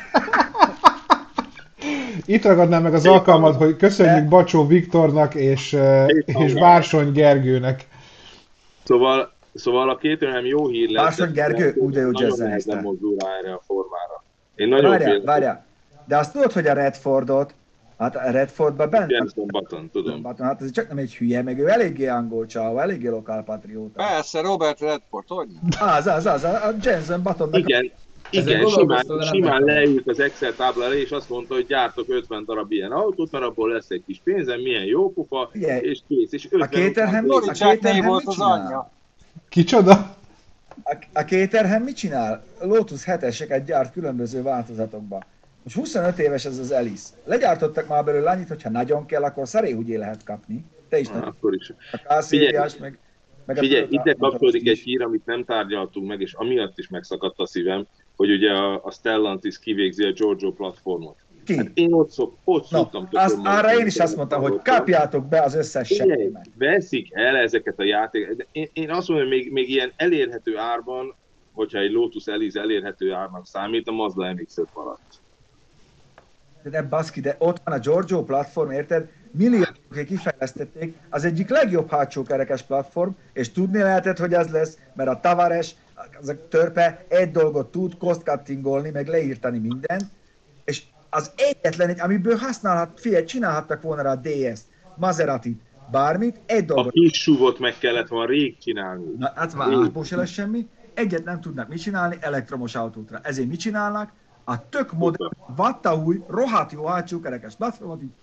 A: Itt ragadnám meg az alkalmat, hogy köszönjük Bacsó Viktornak és, eh, és Bársony Gergőnek.
B: Szóval, szóval a Caterham jó hír lesz.
C: Bársony
B: de
C: Gergő, úgy de jó
B: nagyon
C: jazzzenista.
B: nehezen mozdul rá erre a formára. Én nagyon
C: Várjál,
B: féltem.
C: várjál. De azt tudod, hogy a Redfordot, hát a Redfordban benne
B: Jenson Button, tudom.
C: van, hát ez csak nem egy hülye, meg ő eléggé angol csáva, eléggé lokálpatrióta.
D: Persze, Robert Redford, hogy?
C: Az, az, az, a Jensen Buttonnak
B: Igen, Igen, simán, simán leült az Excel tábla elé, és azt mondta, hogy gyártok ötven darab ilyen autót, mert abból lesz egy kis pénzem, milyen jó pofa,
C: Igen.
B: és kész. És
C: A Caterham
D: volt az anyja.
A: Kicsoda?
C: A, a Caterham mit csinál? Lotus heteseket gyárt különböző változatokban. Most huszonöt éves ez az Elise. Legyártottak már belőle annyit, hogyha nagyon kell, akkor szaréhúgyé lehet kapni. Te is
B: ah,
C: nem.
B: Akkor is.
C: A K-szériás, meg, meg a
B: Figyelj,
C: Toyota,
B: ide kapcsolódik egy hír, amit nem tárgyaltunk meg, és amiatt is megszakadt a szívem, hogy ugye a, a Stellantis kivégzi a Giorgio platformot.
C: Ki?
B: Hát én ott, szok, ott
C: No,
B: szoktam.
C: azt, arra én is azt mondtam, hogy kapjátok be az összes segélymet.
B: Veszik el ezeket a játékokat. Én, én azt mondom, hogy még, még ilyen elérhető árban, hogyha egy Lotus Elise elérhető árnak számít, a Mazda em iksz öt alatt.
C: De, de baszki, de ott van a Giorgio platform, érted? Milliók kifejlesztették, az egyik legjobb hátsókerekes platform, és tudni lehetett, hogy az lesz, mert a Tavares, az a törpe egy dolgot tud, cost-cuttingolni, meg leírtani mindent, és az egyetlen egy, amiből használhat, figyelj, csinálhattak volna rá a dé es-t, Maserati, bármit, egy dolgot.
B: A kis súvot meg kellett volna rég csinálni.
C: Na, hát már átból se lesz semmi, egyet nem tudnak mit csinálni, elektromos autótra. Ezért mit csinálnak? A tök modern, vattaúj, rohadt jó hátsókerekes platformot, így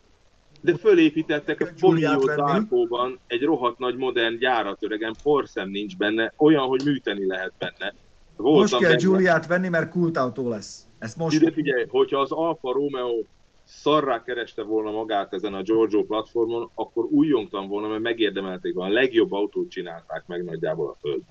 B: De fölépítettek a Fomio Zarkóban egy rohadt nagy modern gyárat, öregen, porszem nincs benne, olyan, hogy műteni lehet benne.
C: Voltam most kell benne. Giuliát venni, mert kultautó lesz. Ezt most...
B: De figyelj, hogyha az Alfa Romeo szarrá kereste volna magát ezen a Giorgio platformon, akkor újjongtam volna, mert megérdemelték volna. A legjobb autót csinálták meg nagyjából a föld.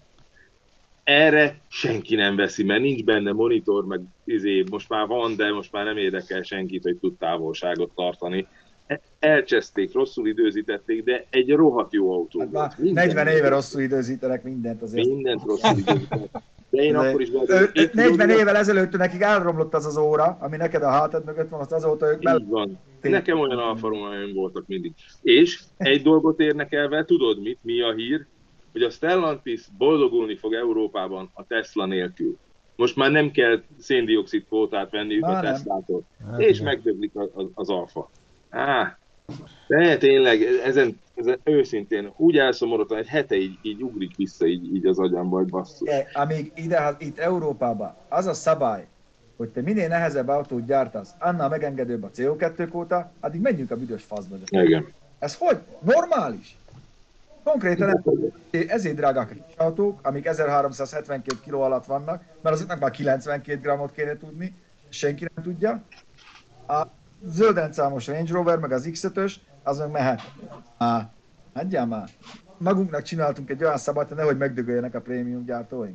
B: Erre senki nem veszi, mert nincs benne monitor, meg izé, most már van, de most már nem érdekel senkit, hogy tud távolságot tartani. Elcseszték, rosszul időzítették, de egy rohadt jó autó
C: hát
B: volt.
C: negyven éve rosszul időzítenek mindent azért.
B: Mindent rosszul időzítenek. De én de akkor is...
C: negyven évvel ezelőtt nekik elromlott az az óra, ami neked a hátad mögött van, azt azóta ők...
B: Így van. Nekem olyan Alfa Romeo voltak mindig. És egy dolgot érnek el vele, tudod mit, mi a hír? Hogy a Stellantis boldogulni fog Európában a Tesla nélkül. Most már nem kell széndioxid kvótát venniük már a Teslától. Hát és megdöglik az Alfa. Á, de tényleg, ezen, ezen őszintén úgy elszomorodtam, egy hete így, így ugrik vissza így, így az agyamba, hogy basszus.
C: E, amíg ide, itt Európában az a szabály, hogy te minél nehezebb autót gyártasz, annál megengedőbb a cé o kettő kóta, addig menjünk a büdös faszba.
B: Igen.
C: Ez hogy? Normális? Konkrétan ezért drágák a kis autók, amik ezerháromszázhetvenkét kiló alatt vannak, mert azoknak már kilencvenkét grammot kéne tudni, senki nem tudja. A zöldrendszámos Range Rover, meg az iksz ötös, az meg mehet. Á, hagyjál már. Magunknak csináltunk egy olyan szabályt, hogy nehogy megdögöljenek a prémium gyártóink.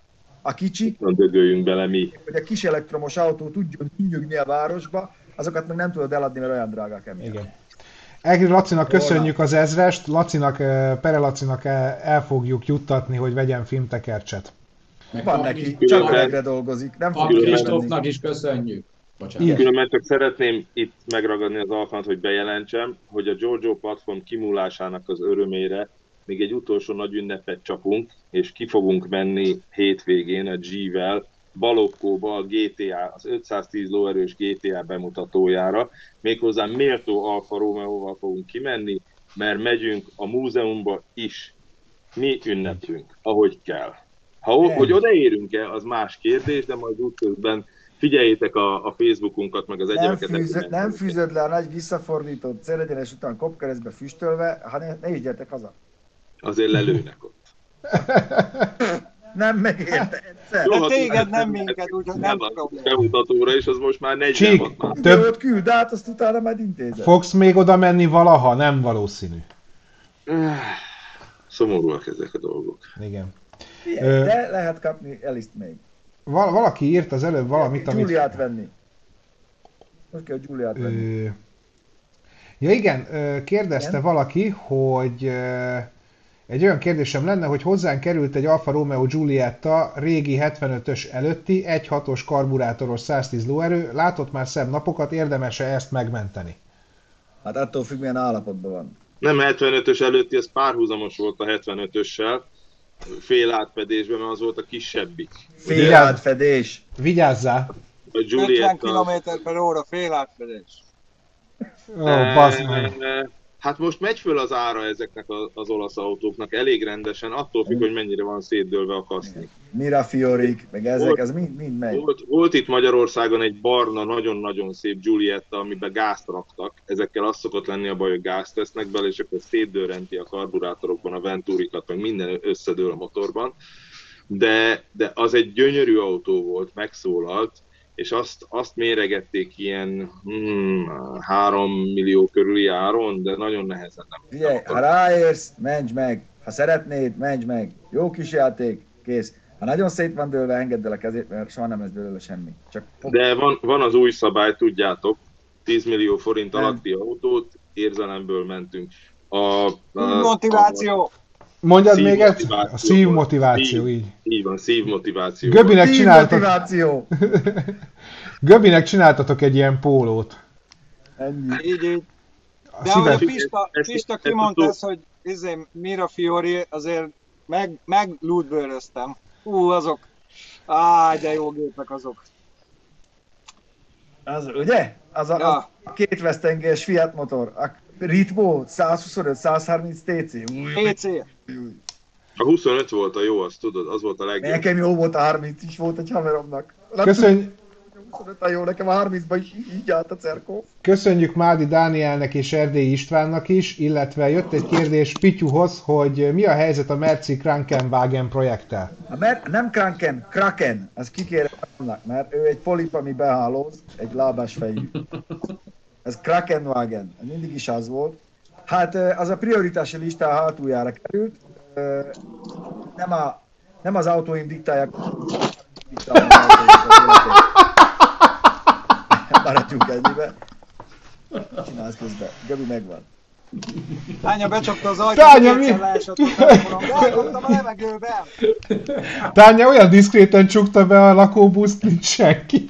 C: A kicsik,
B: nem dögöljünk bele mi.
C: Hogy a kis elektromos autó tudjon nyüggni a városba, azokat meg nem tudod eladni, mert olyan drágák emiatt.
A: Igen. Egri Lacinak köszönjük az ezrest, Lacinak, Pere Lacinak el, el fogjuk juttatni, hogy vegyen filmtekercset.
C: Van neki, csak öregre dolgozik, nem
E: fogjuk Kristófnak is köszönjük.
B: Bocsánat. Különben csak szeretném itt megragadni az alkalmat, hogy bejelentsem, hogy a Giorgio platform kimúlásának az örömére még egy utolsó nagy ünnepet csapunk, és ki fogunk menni hétvégén a G-vel Balokkóba a gé té á, az ötszáztíz lóerős gé té á bemutatójára. Méghozzá méltó Alfa Romeo-val fogunk kimenni, mert megyünk a múzeumba is. Mi ünneplünk, ahogy kell. Ha, hogy odaérünk-e, az más kérdés, de majd útközben figyeljétek a, a Facebookunkat, meg az egyebeket.
C: Nem, fűzöd, nem fűzöd le a nagy visszafordított célegyenes után kopkeresztbe füstölve, hanem ne ígyertek haza.
B: Azért lelőnek ott.
C: Nem megérte egyszer.
D: De téged nem minket, úgyhogy nem probléma.
B: Bemutatóra is, az most már negyven van.
C: Több küld át, azt utána majd intézed.
A: Fogsz még oda menni valaha? Nem valószínű.
B: Szomorúak ezek a dolgok.
A: Igen.
C: Igen, de lehet kapni Eliszt még.
A: Val- valaki írt az előbb valamit, amit...
C: Giuliát venni. Most kell Giuliát venni. Ö...
A: Ja igen, kérdezte igen? valaki, hogy egy olyan kérdésem lenne, hogy hozzánk került egy Alfa Romeo Giulietta régi hetvenötös előtti, egy hat os karburátoros száztíz lóerő, látott már szebb napokat, érdemes-e ezt megmenteni?
C: Hát attól függ, milyen állapotban van.
B: Nem hetvenötös előtti, ez párhuzamos volt a hetvenötössel. Fél átfedésben, mert az volt a kisebbik.
C: Fél átfedés.
A: Vigyázzál!
D: ötven kilométer per óra fél átfedés.
A: Ó, oh, bazd meg.
B: Hát most megy föl az ára ezeknek az olasz autóknak elég rendesen, attól függ, hogy mennyire van szétdőlve a kaszni.
C: Mirafiorik, meg ezek, volt, ez mind, mind megy.
B: Volt, volt itt Magyarországon egy barna, nagyon-nagyon szép Giulietta, amiben gázt raktak. Ezekkel az szokott lenni a baj, hogy gázt tesznek bele, és akkor szétdőrenti a karburátorokban a ventúrikat, meg minden összedől a motorban. De, de az egy gyönyörű autó volt, megszólalt, és azt, azt méregették ilyen hmm, három millió körüli áron, de nagyon nehezen nem.
C: Figyelj, ha ráérsz, menj meg. Ha szeretnéd, menj meg. Jó kis játék, kész. Ha nagyon szét van dőlve, engedd el a kezét, mert soha nem lesz belőle semmi. Csak
B: de van, van az új szabály, tudjátok, tíz millió forint nem. alatti autót érzelemből mentünk. A, a,
D: motiváció!
B: A,
A: Mondjad még egy, a szívmotiváció, így.
B: Így van, szívmotiváció.
A: Göbinek
C: csináltatok...
A: Göbinek csináltatok egy ilyen pólót.
C: Ennyi.
D: Így, így. De ahogy a Pista, Pista kimondta ezt, hogy izé, Mirafiori, azért meg, meglúdbőröztem. Hú, azok. Áj, de jó gépek azok.
C: Az, ugye? Az a,
D: ja.
C: a két vesztengés Fiat motor. A Ritmo százhuszonöt százharminc té cé.
D: té cé.
B: A huszonöt volt a jó, azt tudod, az volt a legjobb.
C: Nekem jó volt, a harminc is volt egy haveromnak.
A: Köszönj...
C: huszonöt a jó, nekem a harmincban is így állt a cerkó.
A: Köszönjük Mádi Dánielnek és Erdélyi Istvánnak is, illetve jött egy kérdés Pityuhoz, hogy mi a helyzet a Merci Krankenwagen projekttel?
C: A Mer- nem Kranken, Kraken, az kikérem annak, mert ő egy polip, ami behálóz, egy lábás fejű. Ez Krakenwagen, mindig is az volt. Hát az a prioritási listán hátuljára került. Nem, a, nem az autóim diktálják, diktálják az autóim. Maradjunk ennyibe. Csinálsz közben. Gabi megvan.
D: Tánya becsapta az ajtót,
A: Tánya, mi?
D: leesett a telefonom, beállottam a levegőben.
A: Tánya olyan diszkréten csukta be a lakóbuszt, mint senki.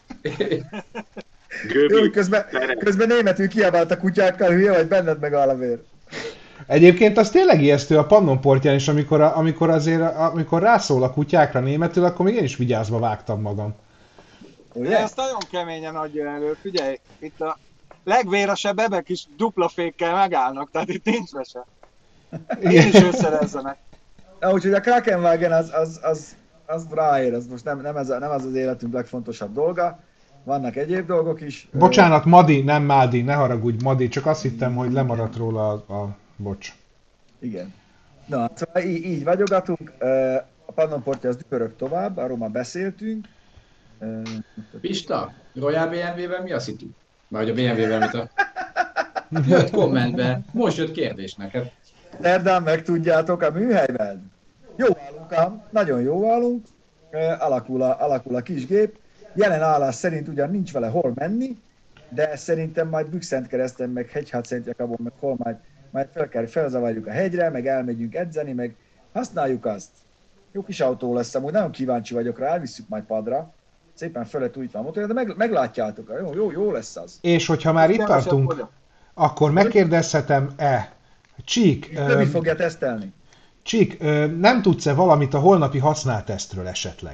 C: Jó, közben, közben németül kiabált a kutyákkal, hülye vagy, benned megáll a vér.
A: Egyébként az tényleg ijesztő a pannonportján is, amikor, amikor azért, amikor rászól a kutyákra németül, akkor még én is vigyázva vágtam magam.
D: De ezt nagyon keményen adja elő, figyelj, itt a legvéresebb ebek is dupla fékkel megállnak, tehát itt nincs mese. Én is összerezzenek.
C: Úgyhogy a Krakenwagen az, az, az, az ráér, az most nem, nem, ez a, nem az az életünk legfontosabb dolga. Vannak egyéb dolgok is.
A: Bocsánat, Madi, nem Mádi, ne haragudj, Madi, csak azt hittem, hogy lemaradt róla a, a bocs.
C: Igen. Na, szóval így, így vagyogatunk. A pannonportja az dühörög tovább, arról már beszéltünk.
E: Pista, Royal bé em vé-vel mi a szitu? Már hogy a bé em vé-vel mit a... Jött kommentbe, most jött kérdés neked.
C: Szerdán megtudjátok a műhelyben. Jó állunk ám, nagyon jó állunk. Alakul a, alakul a kis gép. Jelen állás szerint ugyan nincs vele hol menni, de szerintem majd Bükszentkereszten, meg Hegyhátszentjakabon, meg hol majd, majd fel kell, felzavarjuk a hegyre, meg elmegyünk edzeni, meg használjuk azt. Jó kis autó lesz, amúgy nagyon kíváncsi vagyok rá, elvisszük majd padra. Szépen felett újítva a motorja, de meg, meglátjátok, jó, jó, jó lesz az.
A: És hogyha már itt tartunk, akkor megkérdezhetem-e, Csík...
C: De mi fogja tesztelni?
A: Csík, nem tudsz-e valamit a holnapi használtesztről esetleg?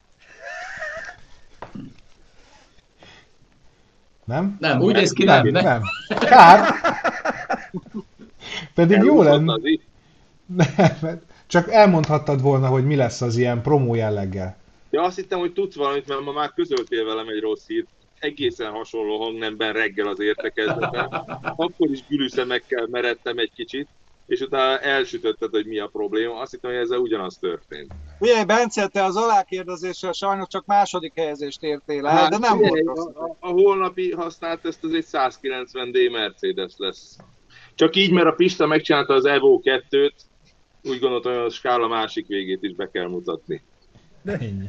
A: Nem?
E: Nem, úgy néz ki, nem.
A: Nem, nem. Kár. Pedig jó lenne. Nem, csak elmondhattad volna, hogy mi lesz az ilyen promó jelleggel.
B: Ja, azt hittem, hogy tudsz valamit, mert ma már közöltél velem egy rossz hírt. Egészen hasonló hangnemben reggel az értekezleten. Akkor is gülüszemekkel meredtem egy kicsit, és utána elsütötted, hogy mi a probléma. Azt hittem, hogy ezzel ugyanaz történt.
D: Ugye, Bence, te az alákérdezéssel sajnos csak második helyezést értél el, hát, de nem volt rossz.
B: A, a holnapi használt ezt az egy százkilencven dé Mercedes lesz. Csak így, mert a Pista megcsinálta az Evo kettőt, úgy gondoltam, hogy a skála másik végét is be kell mutatni.
A: Ennyi.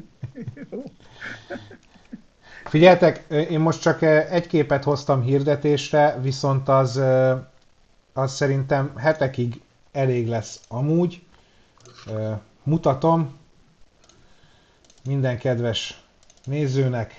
A: Figyeljetek, én most csak egy képet hoztam hirdetésre, viszont az, az szerintem hetekig elég lesz amúgy. Mutatom minden kedves nézőnek.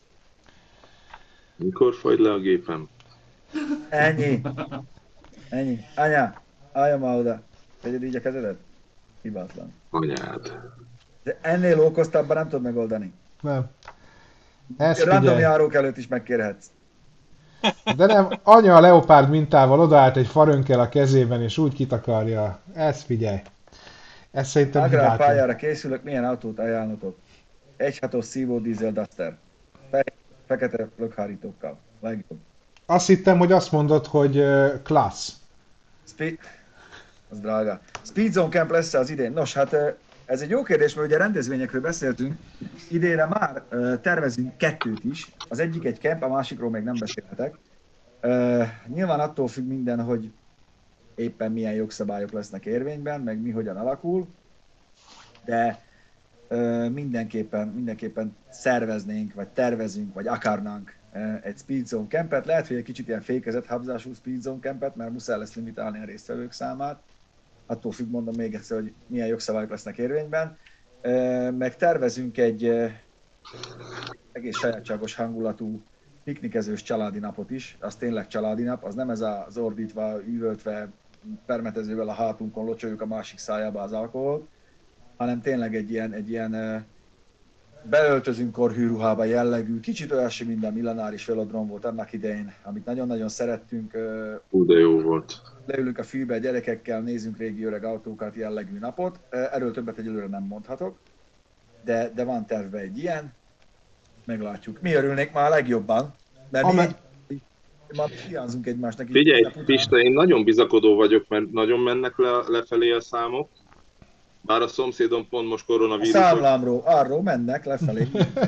B: Mikor fagy le a gépem?
C: Ennyi. Ennyi. Anya, álljam már oda. Tegyed így a kezedet? Hibátlan.
B: Anyád.
C: De ennél okoztabban nem tudod megoldani.
A: Nem. Ezt
C: Random
A: figyelj.
C: járók előtt is megkérhetsz.
A: De nem, anya a leopárd mintával odaállt egy farönkkel a kezében, és úgy kitakarja. Ezt figyelj. Ez szerintem hibátlan.
C: Agrárpályára készülök, milyen autót ajánlatok? egy hatos szívó dízel Duster. Fe- fekete lökhárítókkal. Legjobb.
A: Azt hittem, hogy azt mondod, hogy uh, klassz.
C: Speed... Az drága. Speedzone Camp lesz az idén? Nos, hát ez egy jó kérdés, mert ugye rendezvényekről beszéltünk. Idénre már uh, tervezünk kettőt is. Az egyik egy camp, a másikról még nem beszélhetek. Uh, nyilván attól függ minden, hogy éppen milyen jogszabályok lesznek érvényben, meg mi hogyan alakul. De uh, mindenképpen, mindenképpen szerveznénk, vagy tervezünk, vagy akarnánk uh, egy Speedzone Campet. Lehet, hogy egy kicsit ilyen fékezett habzású Speedzone Campet, mert muszáj lesz limitálni a résztvevők számát. Attól függ, mondom még egyszer, hogy milyen jogszabályok lesznek érvényben. Meg tervezünk egy egész sajátságos hangulatú piknikezős családi napot is. Az tényleg családi nap, az nem ez az ordítva, üvöltve, permetezővel a hátunkon locsoljuk a másik szájába az alkoholt, hanem tényleg egy ilyen, egy ilyen beöltözünk korhűruhába jellegű, kicsit olyasmi, mint a Millenáris Velodrom volt annak idején, amit nagyon-nagyon szerettünk.
B: Ú, de jó volt.
C: Leülünk a fűbe a gyerekekkel, nézzünk régi öreg autókat jellegű napot. Erről többet egyelőre nem mondhatok, de, de van tervbe egy ilyen, meglátjuk. Mi örülnék már a legjobban, mert Amen. mi ma hiányzunk egymásnak.
B: Figyelj, Pista, én nagyon bizakodó vagyok, mert nagyon mennek le, lefelé a számok. Bár a szomszédom pont most koronavírus.
C: A számlámról, arról mennek lefelé.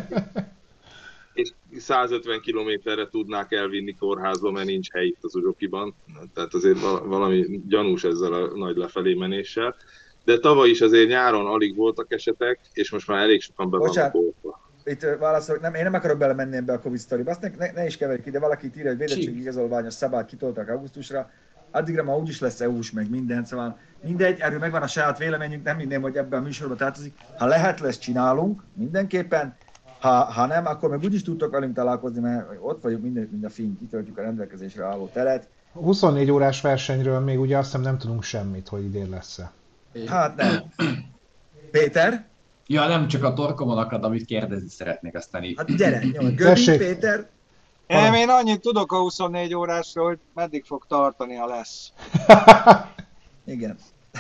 B: És százötven kilométerre tudnák elvinni kórházba, mert nincs hely itt az Uzsokiban. Tehát azért valami gyanús ezzel a nagy lefelé menéssel. De tavaly is azért nyáron alig voltak esetek, és most már elég sokan be vannak oltva.
C: Itt válaszolok, nem, én nem akarok belemenni ebbe a Covid sztoriba, azt ne, ne, ne is keverjük ide, valaki írja, hogy védettségigazolványos szabályt kitoltak augusztusra, addigra már úgyis lesz é u-s, meg minden, szóval mindegy, erről megvan a saját véleményünk, nem minden, hogy ebben a műsorban tartozik. Ha lehet, lesz, csinálunk, mindenképpen, ha, ha nem, akkor meg úgyis tudtok velünk találkozni, mert ott vagyunk, minden, mind a fény, kitöltjük a rendelkezésre álló teret.
A: huszonnégy órás versenyről még ugye azt hiszem nem tudunk semmit, hogy idén lesz-e.
C: Hát nem. Péter?
E: Ja, nem csak a torkomon akad, amit kérdezni szeretnék, aztán így.
C: Hát gyere, nyom, Göbi, Péter.
D: Én, én annyit tudok a huszonnégy órásról, hogy meddig fog tartani, ha lesz.
C: Igen.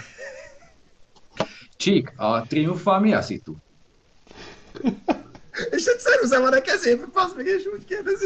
E: Csík, a Triumphal mi a szitu?
C: És egy szeruza van a kezében, passz meg, és úgy kérdezi.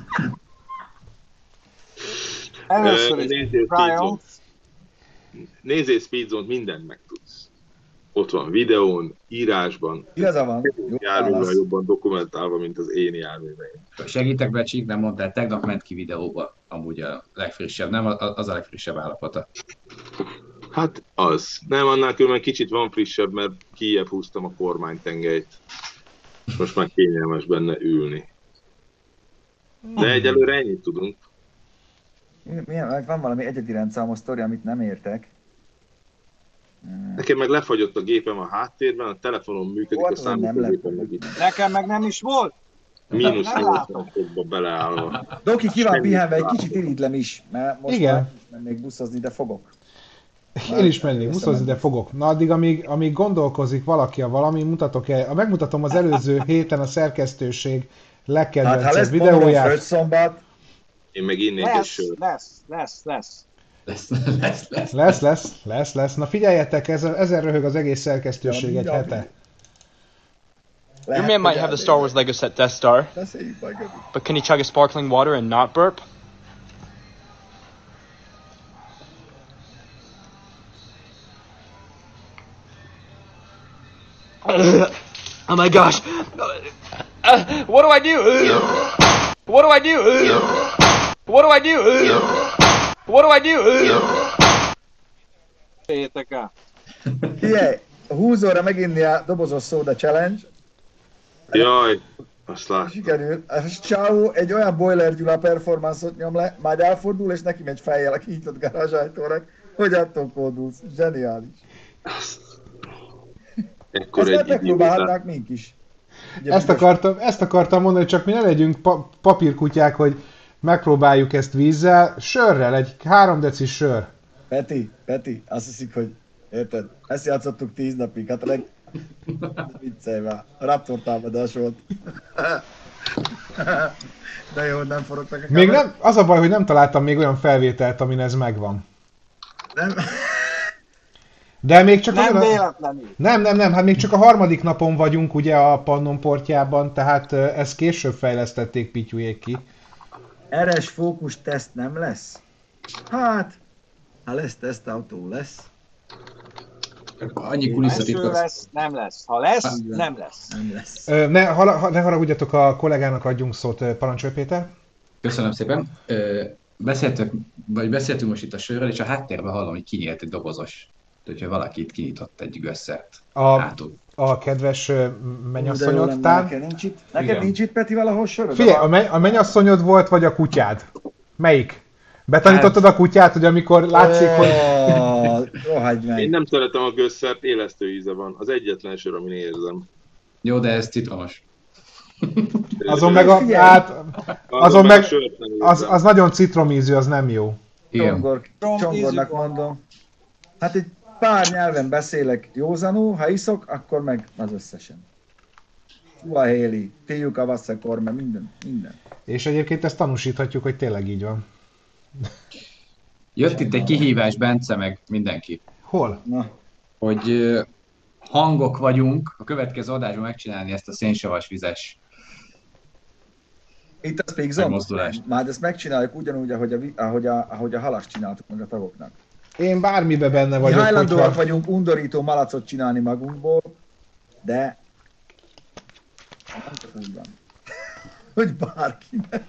D: Először is Triumph.
B: Nézzél Speedzone-t, mindent megtudsz. Ott van videón, írásban.
C: Igaza van.
B: Járművel jobban dokumentálva, mint az én járműveim.
E: Segítek be, Csík, nem mondtál, tegnap ment ki videóba, amúgy a legfrissebb, nem? Az a legfrissebb állapota.
B: Hát az. Nem, annál különben kicsit van frissebb, mert kijebb húztam a kormánytengelyt. Most már kényelmes benne ülni. De egyelőre ennyit tudunk.
C: Milyen, van valami egyedi rendszámos sztori, amit nem értek.
B: Nekem meg lefagyott a gépem a háttérben, a telefonom működik, a számítógépem meg itt.
D: Nekem meg nem is volt.
B: Mínusz nyolcvan fokba beleállva.
C: Doki, ki van pihenve, egy kicsit irigylem is, mert most
A: igen.
C: már mennék buszozni, de fogok.
A: Már én is mennék buszozni, de fogok. Na addig, amíg, amíg gondolkozik valaki a valami, mutatok el, megmutatom az előző héten a szerkesztőség legkedvencebb
C: hát, ha lesz
A: videóját.
C: Földszombat,
B: én meg innék
D: lesz,
B: egy sört.
D: Lesz, lesz, lesz.
E: Lesz, lesz, lesz.
A: Lesz, lesz, lesz, lesz. Na figyeljetek, ezen, ezen röhög az egész szerkesztőség egy hete.
F: Your man might have the Star Wars Lego set Death Star, but can he chug a sparkling water and not burp? Oh my gosh! Uh, what do I do? What do I do? What do I do? What do I do?
D: Értek el.
C: Figyelj, húsz óra meginni a dobozos szóda challenge.
B: Jaj, azt látom.
C: Sikerül. A csávó egy olyan Boiler Gyula performance-ot nyom le, majd elfordul és neki megy fejjel a kinyitott garázsajtónak, hogy attól kódulsz. Zseniális.
B: Ekkor
C: ezt
B: egy
C: megpróbálhatnánk mink is. Ugye,
A: Ezt akartam, ezt akartam mondani, csak mi ne legyünk pa- papírkutyák, hogy megpróbáljuk ezt vízzel, sörrel, egy három deci sör.
C: Peti, Peti, azt hiszik, hogy érted? Ezt játszottuk tíz napig, hát a leg... Viccelj már, a Raptor támadás volt. De jó, nem forogtak a
A: Még
C: kamerák.
A: nem, az a baj, hogy nem találtam még olyan felvételt, amin ez megvan.
C: Nem.
A: De még csak
D: Nem
A: azon a...
D: véletlenül.
A: Nem, nem, nem, hát még csak a harmadik napon vagyunk ugye a Pannon portjában, tehát ö, ezt később fejlesztették Pityujék ki.
C: er es fókusz teszt nem lesz? Hát, ha lesz tesztautó, lesz.
E: Annyi
D: Első
E: kulisszatitkot.
D: lesz, nem lesz. Ha lesz, nem lesz.
C: Nem lesz.
A: Ö, ne, hala, ne haragudjatok, a kollégának adjunk szót, ö, parancsolj Péter.
E: Köszönöm szépen. Ö, beszéltük, vagy beszéltünk most itt a sörről, és a háttérben hallom, hogy kinyílt egy dobozos. Hogyha valaki itt kinyitott egy gösszert.
A: A,
E: Hátul.
A: a kedves ö,
C: De jó
A: mennyasszonyod,
C: lenne,
A: tán.
C: neked nincs itt, neked
E: Igen.
C: nincs itt, Peti, valahol söröd?
A: Figyelj, a, menny, a mennyasszonyod volt, vagy a kutyád? Melyik? Betanítottad a kutyát, hogy amikor látszik, hogy...
C: Oh, rohagyj
B: Én
C: meg.
B: nem szeretem a gösszert, élesztő íze van. Az egyetlen sör, amin érzem.
E: Jó, de ez citromos.
A: Azon meg a...
C: Figyelj.
A: Hát, azon
B: a
A: meg...
B: sört nem
A: Az,
B: érzem.
A: az nagyon citromízű, az nem jó.
E: Igen.
C: Csongor,
D: Csong-
C: csongornak
D: ízük van.
C: mondom. Hát egy pár nyelven beszélek józanul, ha iszok, akkor meg az összesen. Suahéli, Tijuca Vasszakorme, minden, minden.
A: És egyébként ezt tanúsíthatjuk, hogy tényleg így van.
E: Jött itt egy kihívás, Bence, meg mindenki,
A: Hol?
C: Na,
E: hogy ö, hangok vagyunk a következő adásban megcsinálni ezt a szénsavas vizes.
C: itt a Speak Zone.
E: Megmozdulást.
C: Már ezt megcsináljuk ugyanúgy, ahogy a, vi- ahogy a, ahogy a halas csináltuk meg a tagoknak.
A: Én bármibe benne
C: Mi
A: vagyok,
C: hajlandóak
A: hogyha...
C: vagyunk undorító malacot csinálni magunkból, de nem csak úgy van, hogy bárkinek.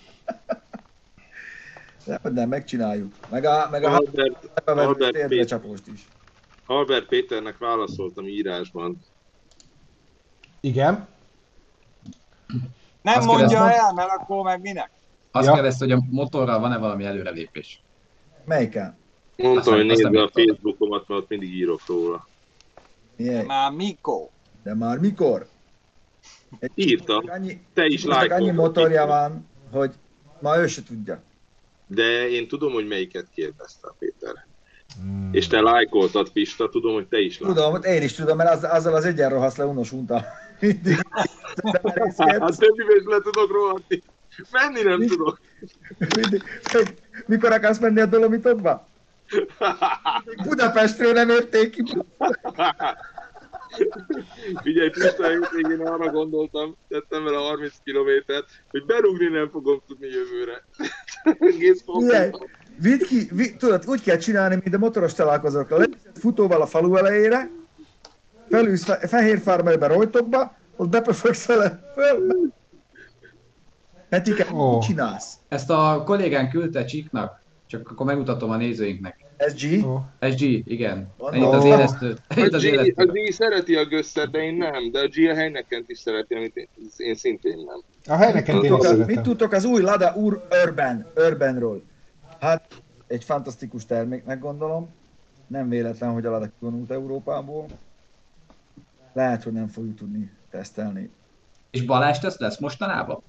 C: De, hogy nem, megcsináljuk. Meg a, meg a,
B: Albert,
C: a, a
B: Albert
C: térdre
B: Péter.
C: csapóst is.
B: Albert Péternek válaszoltam írásban.
A: Igen.
D: Nem
E: Azt
D: mondja
E: kérdeztem.
D: el, mert akkor meg minek?
E: Azt
A: Ja.
E: kérdezte, hogy a motorral van-e valami előrelépés.
C: Melyiken?
B: Mondtam,
E: Aztán-
B: hogy nézd
E: aztán
B: be a
E: mit tudod?
B: Facebookomat, mert ott mindig írok róla.
C: Milyen?
D: Már mikor?
C: De már mikor? Egy
B: Írtam.
C: Annyi,
B: Te is
C: Csipusnak annyi
B: lájkoltad.
C: motorja van, hogy ma ő se tudja.
B: De én tudom, hogy melyiket kérdeztem, Péter.
A: Hmm.
B: És te lájkoltad, Pista, tudom, hogy te is lájkoltad.
C: Tudom, hogy én is tudom, mert az, azzal az egyenrohasz le unos unta. Mindig.
B: Hát többivel is le tudok rohanni. Menni nem tudok.
C: Mindig. Mikor akarsz menni a Dolomitokba? Budapestről nem érték ki.
B: Figyelj, Pista, én arra gondoltam, tettem vele harminc kilométert, hogy berúgni nem fogom tudni jövőre. Egész
C: Figyelj,
B: pontosan.
C: vidd ki, vidd, tudod, úgy kell csinálni, mint a motoros találkozókra. Leviszed futóval a falu elejére, felülsz fe, Fehérvármelybe Rojtokba, ott bepöfögsz vele föl. Petike,
A: Ó.
C: mit csinálsz?
E: Ezt a kollégán küldte Csíknak, csak akkor megmutatom a nézőinknek.
C: ez G?
A: Ó.
E: es gé, igen.
C: Van
E: Ennyit az
A: ó.
E: élesztő. Ennyit
B: A
E: az
B: G, a
E: élesztő.
B: G szereti a gösszert, de én nem. De a G a helynekent is szereti, amit én, én szintén nem.
A: A helyeken én is
C: Tudtok, az- mit
A: szeretem.
C: tudtok az új Lada Ur Urban, Urbanról? Hát, egy fantasztikus terméknek gondolom. Nem véletlen, hogy a Lada kivonult Európából. Lehet, hogy nem fogjuk tudni tesztelni.
E: És Balázs tesz lesz mostanában?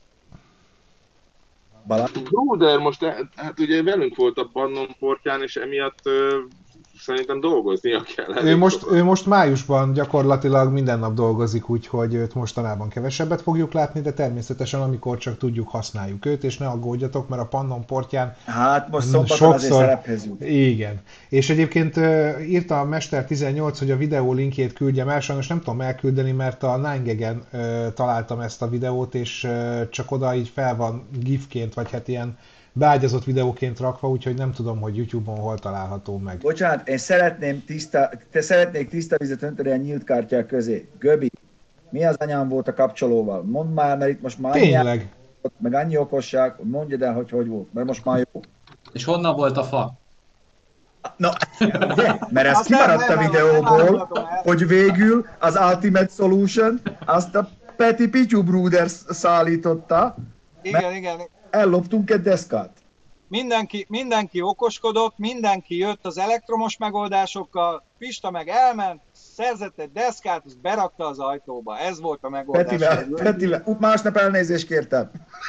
C: Balázs?
B: Bruder most, hát ugye velünk volt a Pannon portján, és emiatt ö, szerintem dolgoznia kell.
A: Ő
B: elég
A: most,
B: sokat.
A: ő most májusban gyakorlatilag minden nap dolgozik, úgyhogy őt mostanában kevesebbet fogjuk látni, de természetesen amikor csak tudjuk, használjuk őt, és ne aggódjatok, mert a Pannon portján
C: Hát most szombaton azért
A: sokszor...
C: szerephez jut.
A: Igen. És egyébként ö, írta a Mester tizennyolc, hogy a videó linkjét küldjem el, sajnos nem tudom elküldeni, mert a nine gag-en ö, találtam ezt a videót, és ö, csak oda így fel van gifként, vagy hát ilyen beágyazott videóként rakva, úgyhogy nem tudom, hogy YouTube-on hol található meg.
C: Bocsánat, én szeretném tiszta, te szeretnék tiszta vizet önteni a nyílt kártyák közé. Göbi, mi az anyám volt a kapcsolóval? Mondd már, mert itt most már annyi,
A: Tényleg.
C: meg annyi okosság, hogy mondjad el, hogy hogy volt, mert most már jó.
E: És honnan volt a fa?
C: Na, ugye? Mert ez
D: Azt nem-
C: kimaradt a
D: nem- nem-
C: videóból,
D: nem mondhatom el.
C: hogy végül az Ultimate Solution azt a Peti Pityu Brothers szállította,
D: Igen, igen.
C: elloptunk egy deszkát.
D: Mindenki, mindenki okoskodott, mindenki jött az elektromos megoldásokkal, Pista meg elment, szerzett egy deszkát, azt berakta az ajtóba. Ez volt a megoldás.
C: Petivel, Petivel. Ú, másnap elnézést kértem.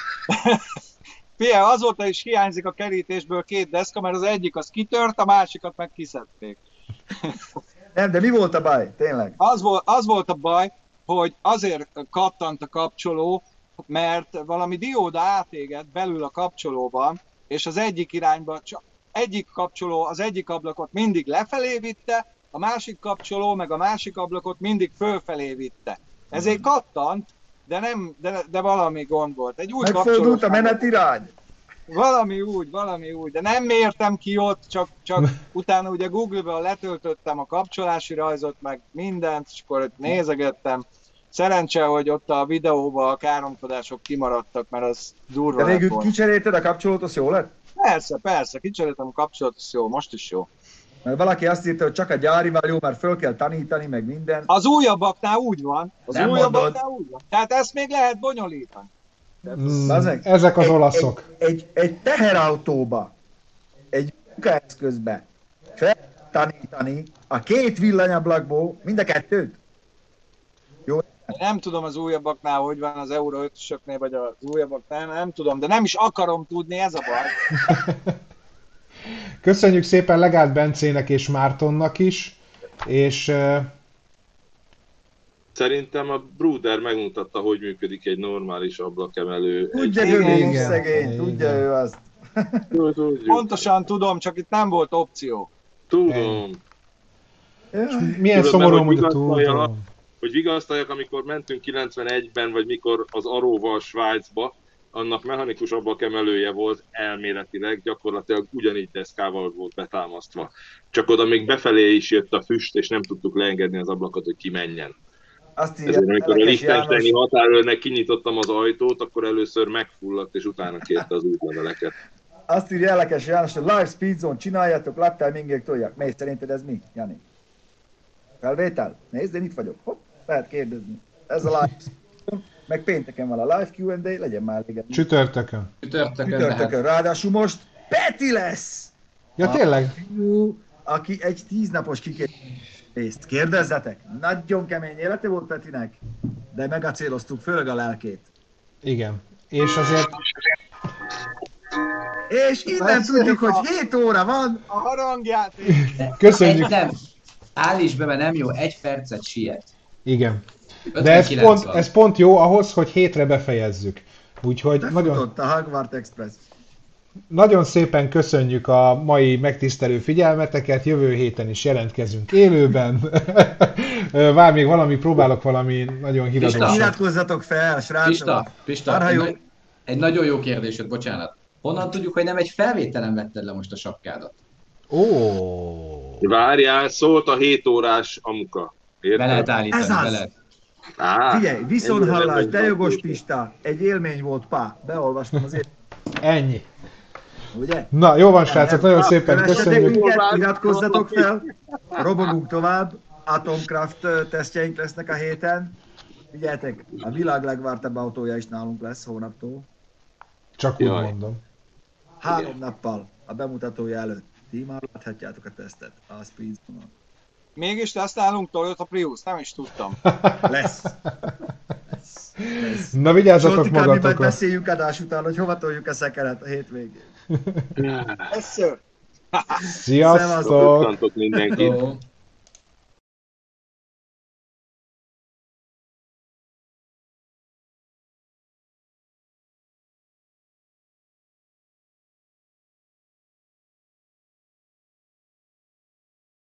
D: Figyelj, azóta is hiányzik a kerítésből két deszka, mert az egyik az kitört, a másikat meg kiszedték.
C: Nem, de mi volt a baj? Tényleg?
D: Az volt, az volt a baj, hogy azért kattant a kapcsoló, mert valami dióda átégett belül a kapcsolóban, és az egyik irányba, csak egyik kapcsoló az egyik ablakot mindig lefelé vitte, a másik kapcsoló meg a másik ablakot mindig fölfelé vitte. Ezért kattant, de, nem, de, de valami gond volt. Egy új
C: Megfordult a menetirány.
D: Valami úgy, valami úgy, de nem mértem ki ott, csak, csak utána ugye Google-ben letöltöttem a kapcsolási rajzot, meg mindent, és akkor ott nézegettem. Szerencse, hogy ott a videóban a káromkodások kimaradtak, mert az durva
C: De
D: lett
C: végül
D: volna.
C: kicserélted a kapcsolót, az jó lett?
D: Persze, persze, kicseréltem a kapcsolatot, az jó, most is jó.
C: Mert valaki azt írta, hogy csak a gyárival jó, mert föl kell tanítani, meg minden.
D: Az újabbaknál úgy van, az
C: Nem
D: újabbaknál úgy van. Tehát ezt még lehet bonyolítani.
A: Mm,
C: Bazeg,
A: ezek az
C: egy,
A: olaszok.
C: Egy, egy, egy teherautóba, egy munkaeszközbe fel tanítani a két villanyablakból mind a kettőt. Jó?
D: Nem tudom az újabbaknál, hogy van az Euro ötösöknél, vagy az újabbaknál, nem tudom, de nem is akarom tudni, ez a baj.
A: Köszönjük szépen Legát Bencének és Mártonnak is, és uh,
B: Szerintem a Bruder megmutatta, hogy működik egy normális ablakemelő.
C: Tudja
B: Egy...
C: Göbi,
A: Igen,
C: szegény,
A: igen.
C: tudja ő azt.
B: Tudjuk.
D: Pontosan tudom, csak itt nem volt opció.
B: Tudom.
A: milyen
B: Tudod,
A: szomorú,
B: mert
A: hogy
B: hogy vigasztaljak,
A: tudom.
B: hogy vigasztaljak, amikor mentünk kilencvenegyben, vagy mikor az Aróval Svájcba, annak mechanikus ablakemelője volt elméletileg, gyakorlatilag ugyanígy deszkával volt betámasztva. Csak oda még befelé is jött a füst, és nem tudtuk leengedni az ablakot, hogy kimenjen.
C: Azt írja,
B: Ezért amikor a
C: Elekes
B: Liechtensteini
C: János,
B: határőrnek kinyitottam az ajtót, akkor először megfulladt, és utána kérte az útleveleket.
C: azt írja Elekes János, hogy live speedzone csináljátok, láttál mingék tolják. Mész, szerinted ez mi, Jani? Felvétel? Nézd, én itt vagyok. Hopp, lehet kérdezni. Ez a live speedzone, meg pénteken van a live Q and A, legyen már elégedett.
A: Csütörtökön.
E: Csütörtökön,
C: Csütörtökön.
E: tehát
C: Ráadásul most Peti lesz!
A: Ja, tényleg?
C: Fiú, aki egy tíznapos kikérést. Kérdezzetek! Nagyon kemény élete volt Petinek, de megacéloztuk főleg a lelkét.
A: Igen. És azért
C: És innen tudjuk, hogy hét óra van.
D: A harangjáték.
A: köszönjük.
E: egy, nem, állíts be, mert nem jó, egy percet siet.
A: Igen. De ez
E: ötvenkilenc
A: pont,
E: van.
A: ez pont jó ahhoz, hogy hétre befejezzük. Úgyhogy
C: De
A: nagyon,
C: futott a Hogwarts Express.
A: nagyon szépen köszönjük a mai megtisztelő figyelmeteket, jövő héten is jelentkezünk élőben. Vár, még valami, próbálok valami nagyon híradósat.
C: Iratkozzatok fel, srácok!
E: Pista, Pista,
C: Már ha
E: egy,
C: jó.
E: nagy, egy nagyon jó kérdésed, bocsánat. Honnan tudjuk, hogy nem egy felvételen vetted le most a sapkádat?
A: Ó.
B: Várjál, szólt a hét órás amuka.
E: Be lehet
B: Érted?
E: állítani,
C: Ez az.
E: be lehet.
B: Á,
C: Figyelj, viszonthallás,
B: ennyire
C: de
B: nem
C: jogos
B: vagy
C: Pista, egy élmény volt, pá, beolvastam az élmény,
A: Ennyi.
C: ugye?
A: Na, jó van, srácok, nagyon szépen
C: Kövessetek
A: köszönjük.
C: minket, iratkozzatok fel, robogunk tovább, Atomcraft ö, tesztjeink lesznek a héten. Figyeljetek, a világ legvártabb autója is nálunk lesz hónaptól.
A: Csak úgy
B: Jaj.
A: mondom.
C: Három nappal a bemutatója előtt. Ti már láthatjátok a tesztet, a Speedzone-on.
D: Mégis tesztálunk Toyota Prius, nem is tudtam.
C: Lesz. Lesz. Lesz.
A: Na, vigyázzatok
C: Zsoltikán, mi majd
A: magatokra.
C: beszéljük adás után, hogy hova toljuk a szekeret a hétvégén.
D: Yes, sir.
A: Sziasztok!
B: Köszöntök mindenkit.
E: Jó.